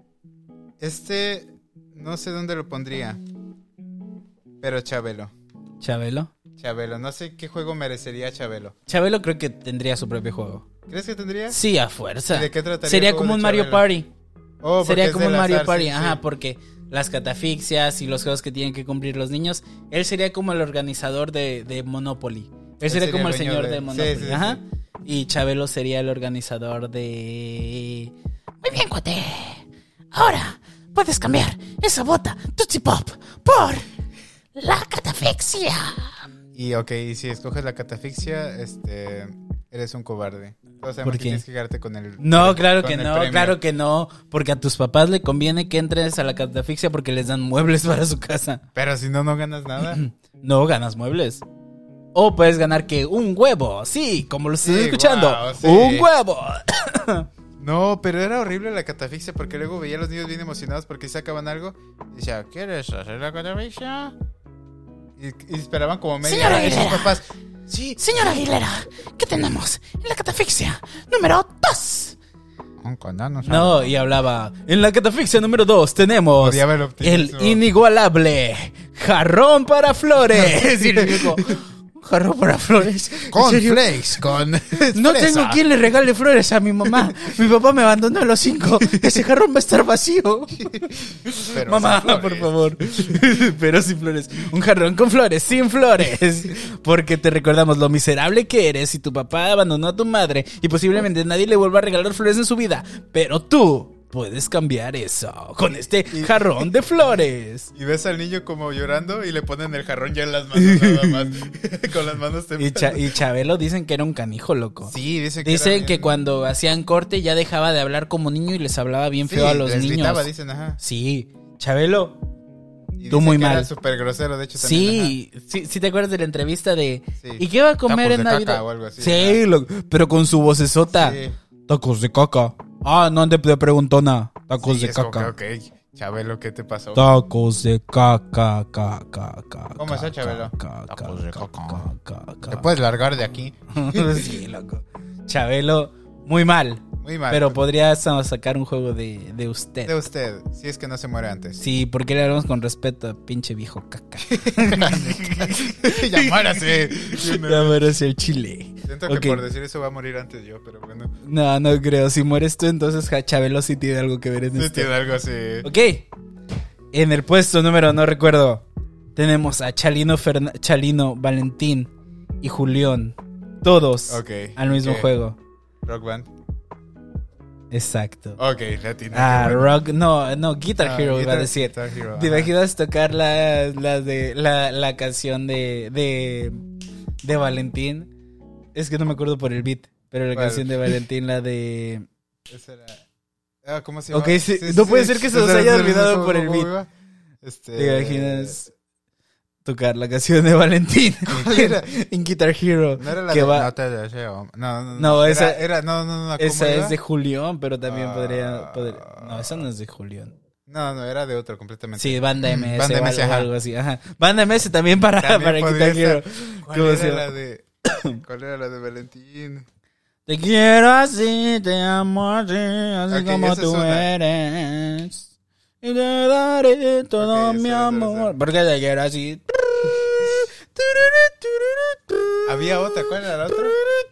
Este... No sé dónde lo pondría. Pero Chabelo. Chabelo. Chabelo. No sé qué juego merecería Chabelo. Chabelo creo que tendría su propio juego. ¿Crees que tendría? Sí, a fuerza. ¿Y de qué trataría Sería el juego como de un Mario Chabelo? Party. Oh, porque Sería es como del un Mario azar, Party, sí, ajá, sí. porque las catafixias y los juegos que tienen que cumplir los niños, él sería como el organizador de, de Monopoly. Él sería, sería como el el dueño señor de- de, Monopoly, sí, sí, sí, ajá. sí. Y Chabelo sería el organizador de... Muy bien, cuate. Ahora puedes cambiar esa bota Tootsie Pop por la catafixia. Y ok, y si escoges la catafixia, este... Eres un cobarde. Todos sabemos ¿Por que qué? tienes que quedarte con el... No, claro con que el no, premio. claro que no, porque a tus papás le conviene que entres a la catafixia porque les dan muebles para su casa. Pero si no, no ganas nada. No, ganas muebles. O puedes ganar que un huevo, sí, como lo estás Sí, escuchando, guau, sí. un huevo. No, pero era horrible la catafixia porque luego veía a los niños bien emocionados porque sacaban algo. Y decía, ¿quieres hacer la catafixia? Y, y esperaban como media Señora hora y sus Aguilera. papás... Sí, Señora Aguilera, ¿qué tenemos en la catafixia número dos? un condado, No, y hablaba, en la catafixia número dos tenemos Odiaba el el optimismo. inigualable jarrón para flores. Y el viejo, jarrón para flores. ¿En serio? flakes, con... No fresa. tengo quien le regale flores a mi mamá. Mi papá me abandonó a los cinco. Ese jarrón va a estar vacío. Pero Mamá, sin flores. por favor. Pero sin flores. Un jarrón con flores, sin flores. Porque te recordamos lo miserable que eres y tu papá abandonó a tu madre y posiblemente nadie le vuelva a regalar flores en su vida. Pero tú puedes cambiar eso con este jarrón de flores. Y ves al niño como llorando y le ponen el jarrón ya en las manos nada más. Con las manos Y, temblando. Cha- y Chabelo dicen que era un canijo, loco. Sí, dice que Dicen era que bien- cuando hacían corte ya dejaba de hablar como niño y les hablaba bien Sí, feo a los les niños. gritaba, dicen, ajá. Sí, Chabelo. Y Tú dicen muy que mal. Era súper grosero, de hecho, también. Sí, sí, sí te acuerdas de la entrevista de Sí. ¿y qué va a comer Tacos en de Navidad? caca o algo así, Sí, lo- pero con su vocesota. ajá. Sí. Tacos de caca. Ah, no te te preguntó nada. Tacos Sí, de es como caca. que, ok, Chabelo, ¿qué te pasó? Tacos de caca, caca, caca. ¿Cómo está, Chabelo? Caca, Tacos de caca, caca. caca, ¿Te caca. puedes largar de aquí? Sí, loco. Chabelo, muy mal. Muy mal. Pero podría sacar un juego de, de usted. De usted, si es que no se muere antes. Sí, porque le hablamos con respeto a pinche viejo caca. Llamárase. Llamárase el chile. Siento que Okay. por decir eso va a morir antes yo, pero bueno. No, no creo. Si mueres tú, entonces Chabelo sí tiene algo que ver en Sí, esto. tiene algo así. Ok. En el puesto número, no recuerdo, tenemos a Chalino, Ferna- Chalino, Valentín y Julián. Todos Ok. al mismo Ok. juego. Rock Band. Exacto. Ok, latino. Ah, rock, no, no, Guitar Ah, Hero iba a Guitar- decir. Guitar Hero, ¿Te ajá. imaginas tocar la, la de la, la canción de, de de Valentín? Es que no me acuerdo por el beat, pero la ¿Cuál? canción de Valentín, la de... Esa era... Ah, ¿cómo se llama? Ok, sí, no puede ser que se nos haya olvidado por el beat. Este... ¿Te imaginas tocar la canción de Valentín ¿Cuál era? en Guitar Hero? No era la que de... va- No te deseo. No, no, no. No, era, esa- Era... No, no, no. ¿cómo Esa iba? es de Julián, pero también Ah. podría, podría- No, esa no es de Julián. No, no, era de otro completamente. Sí, Banda M S, Banda o M S, algo, ajá. algo así. Ajá. Banda M S también para, También para podría Guitar Hero. estar. ¿Cuál ¿Cómo era se llama? la de... ¿Cuál era la de Valentín? Te quiero así, te amo así, así Ok, como esa es tú una. eres. Y te daré todo Ok, mi esa, esa, amor. esa. Porque te quiero así. Había otra, ¿cuál era la otra?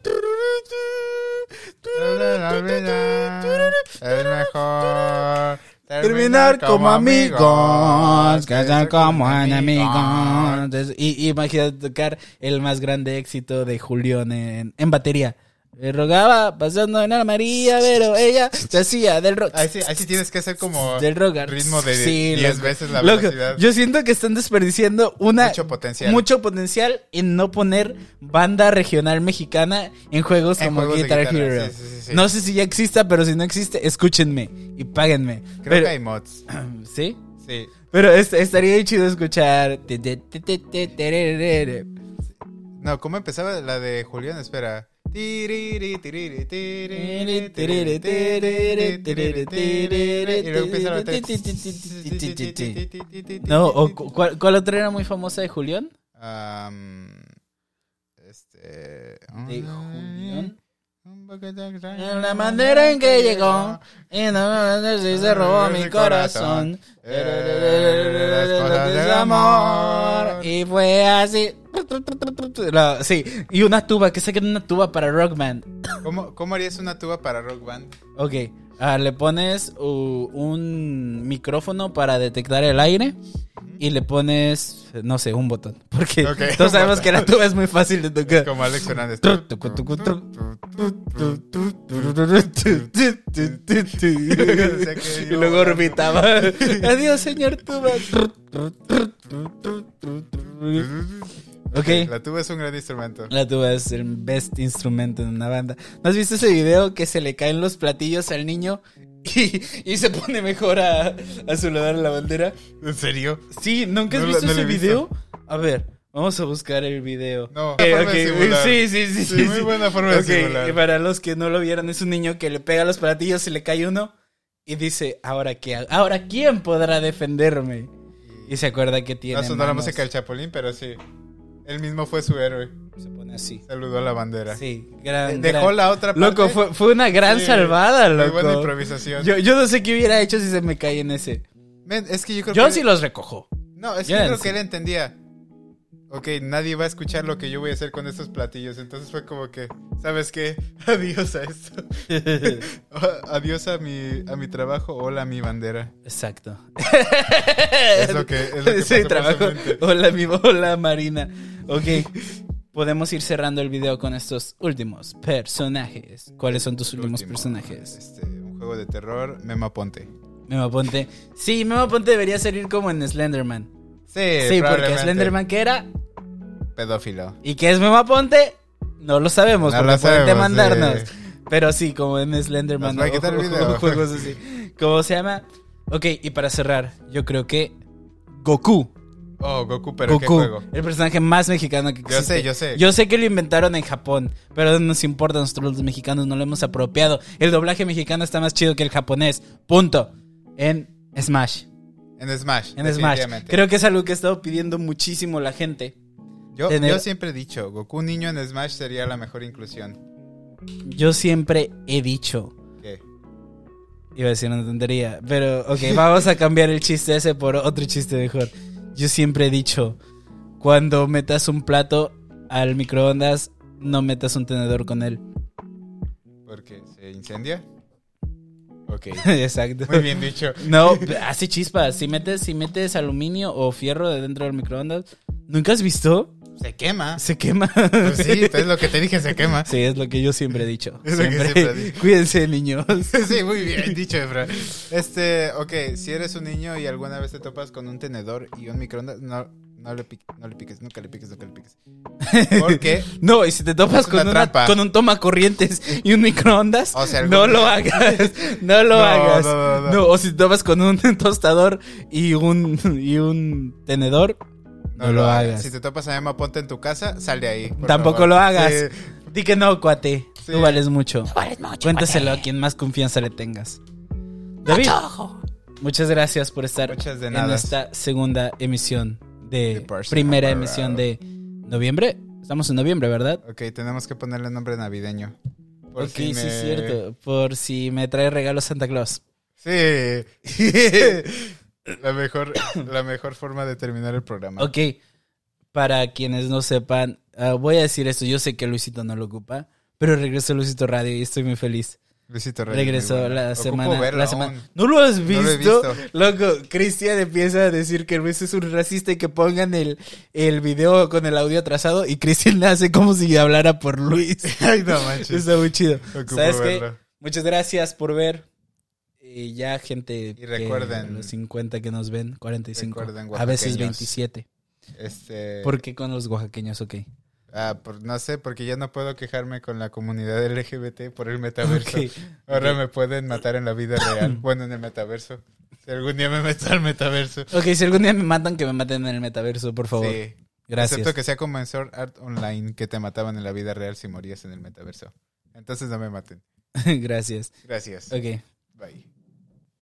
Es mejor Terminar como amigos, casar como enemigos. Entonces, y, y imagínate tocar el más grande éxito de Julián en, en batería. Le rogaba pasando en María, pero ella se hacía del rock. Ahí sí, ahí sí tienes que hacer como Del rock. ritmo de Sí, diez loco. veces la Loco, velocidad. yo siento que están desperdiciando una Mucho potencial. mucho potencial en no poner banda regional mexicana en juegos En como juegos de Guitar guitarra, Hero. sí, sí, sí, sí. No sé si ya exista, pero si no existe, escúchenme y páguenme. Creo Pero- que hay mods. ¿Sí? Sí. Pero est- estaría bien chido escuchar. No, ¿cómo empezaba la de Julián? Espera. Tiriri, tiriri, tiriri, tiriri, tiriri, tiriri, tiriri, y luego empieza la No, o cu- ¿cuál, cuál otra era muy famosa de Julián? Am, este ¿De Julián? En En la manera en que llegó, y no sé si se robó mi corazón. De amor. Y fue así. La- sí, y una tuba, que saquen una tuba para Rock Band. ¿Cómo, ¿Cómo harías una tuba para Rock Band? Ok, ah, le pones uh, un micrófono para detectar el aire y le pones, no sé, un botón. Porque Ok, todos un sabemos botón. que la tuba es muy fácil de tocar. Como Alex Fernández. Y luego orbitaba. Adiós, señor tuba. Ok. La tuba es un gran instrumento. La tuba es el best instrumento en una banda. ¿No has visto ese video que se le caen los platillos al niño y, y se pone mejor a, a saludar la bandera? ¿En serio? Sí, ¿nunca has No lo- visto no lo ese he visto. video? A ver, vamos a buscar el video. No, Ok, buena forma ok, de simular. sí, sí, sí, Sí, sí, muy sí. buena forma de Ok, simular. y para los que no lo vieron, es un niño que le pega los platillos y le cae uno y dice, ¿ahora qué hago? ¿Ahora quién podrá defenderme? Y se acuerda que tiene No sonó la manos. música del Chapulín, pero sí. Él mismo fue su héroe. Se pone así. Saludó a la bandera. Sí, gran, Dejó gran- la otra parte. Loco, fue, fue una gran Sí, salvada, muy loco. buena improvisación. Yo, yo no sé qué hubiera hecho si se me cae en ese. Men, es que yo creo Yo que... sí los recojo. No, es que Yo yo creo sí. que él entendía. Ok, nadie va a escuchar lo que yo voy a hacer con estos platillos. Entonces fue como que, ¿sabes qué? Adiós a esto. Adiós a mi, a mi trabajo. Hola a mi bandera. Exacto. Es lo que, es lo que Sí, pasó por trabajo. su mente. Hola, mi hola, Marina. Ok. Podemos ir cerrando el video con estos últimos personajes. ¿Cuáles son tus últimos Último, personajes? Este, un juego de terror, Mema Ponte. Memo Ponte. Sí, Memo Ponte debería salir como en Slenderman. Sí, Sí, porque probablemente. Slenderman, ¿qué era? Pedófilo. ¿Y qué es Memo Ponte? No lo sabemos, No porque lo pueden sabemos, demandarnos. sí. Pero sí, como en Slenderman. Nos va a o- quitar el o- video. o juegos así. ¿Cómo se llama? Ok, y para cerrar, yo creo que Goku. Oh, Goku, pero ¿qué Goku, juego? el personaje más mexicano que Yo existe. sé, yo sé. Yo sé que lo inventaron en Japón, pero no nos importa, nosotros los mexicanos no lo hemos apropiado. El doblaje mexicano está más chido que el japonés. Punto. En Smash. En Smash. En Smash. definitivamente. Creo que es algo que ha estado pidiendo muchísimo la gente. Yo, tener- yo siempre he dicho, Goku niño en Smash sería la mejor inclusión. Yo siempre he dicho, ¿Qué? Iba a decir una tontería. Pero, ok, vamos a cambiar el chiste ese por otro chiste mejor. Yo siempre he dicho, cuando metas un plato al microondas, no metas un tenedor con él. Porque se incendia. Ok. Exacto. Muy bien dicho. No, hace chispas. Si metes, si metes aluminio o fierro de dentro del microondas, ¿nunca has visto? Se quema. Se quema. Pues sí, es lo que te dije, se quema. Sí, es lo que yo siempre he dicho. Es lo que Siempre. siempre he dicho. Cuídense, niños. Sí, muy bien dicho, Efra. Este, ok, si eres un niño y alguna vez te topas con un tenedor y un microondas, no, no, le, piques, no le piques, nunca le piques, nunca le piques. Porque No, y si te topas es una con, una, trampa. con un toma corrientes y un microondas, O sea, no algún- lo hagas. No lo No, hagas. no, no, no. No, o si te topas con un tostador y un, y un tenedor, no, lo hagas. Si te topas a Emma Ponte en tu casa, sal de ahí. por Tampoco favor. lo hagas. Sí. Di que no, cuate. Sí. Tú vales mucho. Vales mucho, Cuéntaselo cuate. a quien más confianza le tengas. David, Mucho ojo. Muchas gracias por estar Muchas de en nada. esta segunda emisión de The Person primera Around. emisión de noviembre. Estamos en noviembre, ¿verdad? Ok, tenemos que ponerle nombre navideño. Por Ok, si sí, me- es cierto. Por si me trae regalos Santa Claus. Sí. la, mejor, la mejor forma de terminar el programa. Ok, para quienes no sepan, uh, voy a decir esto. Yo sé que Luisito no lo ocupa, pero regresó Luisito Radio y estoy muy feliz. Luisito Reyes, Regresó muy bueno. la Ocupo semana, verlo la aún. semana. ¿No lo has visto? No lo he visto. Loco, Cristian empieza a decir que Luis es un racista y que pongan el, el video con el audio atrasado y Cristian le hace como si hablara por Luis. Ay, no manches. Está muy chido. Ocupo ¿Sabes qué? verlo. Muchas gracias por ver. Y ya gente, Y recuerden- que los cincuenta que nos ven, cuarenta y cinco, Recuerden, a veces oaxaqueños. veintisiete. Este... ¿Por qué con los oaxaqueños? Ok. Ah, por, no sé, porque ya no puedo quejarme con la comunidad L G B T por el metaverso. Ok. Ahora Ok. me pueden matar en la vida real. Bueno, en el metaverso. Si algún día me meto al metaverso. Ok, si algún día me matan, que me maten en el metaverso, por favor. Sí. Gracias. Excepto que sea como en Sword Art Online, que te mataban en la vida real si morías en el metaverso. Entonces no me maten. Gracias. Gracias. Ok. Bye.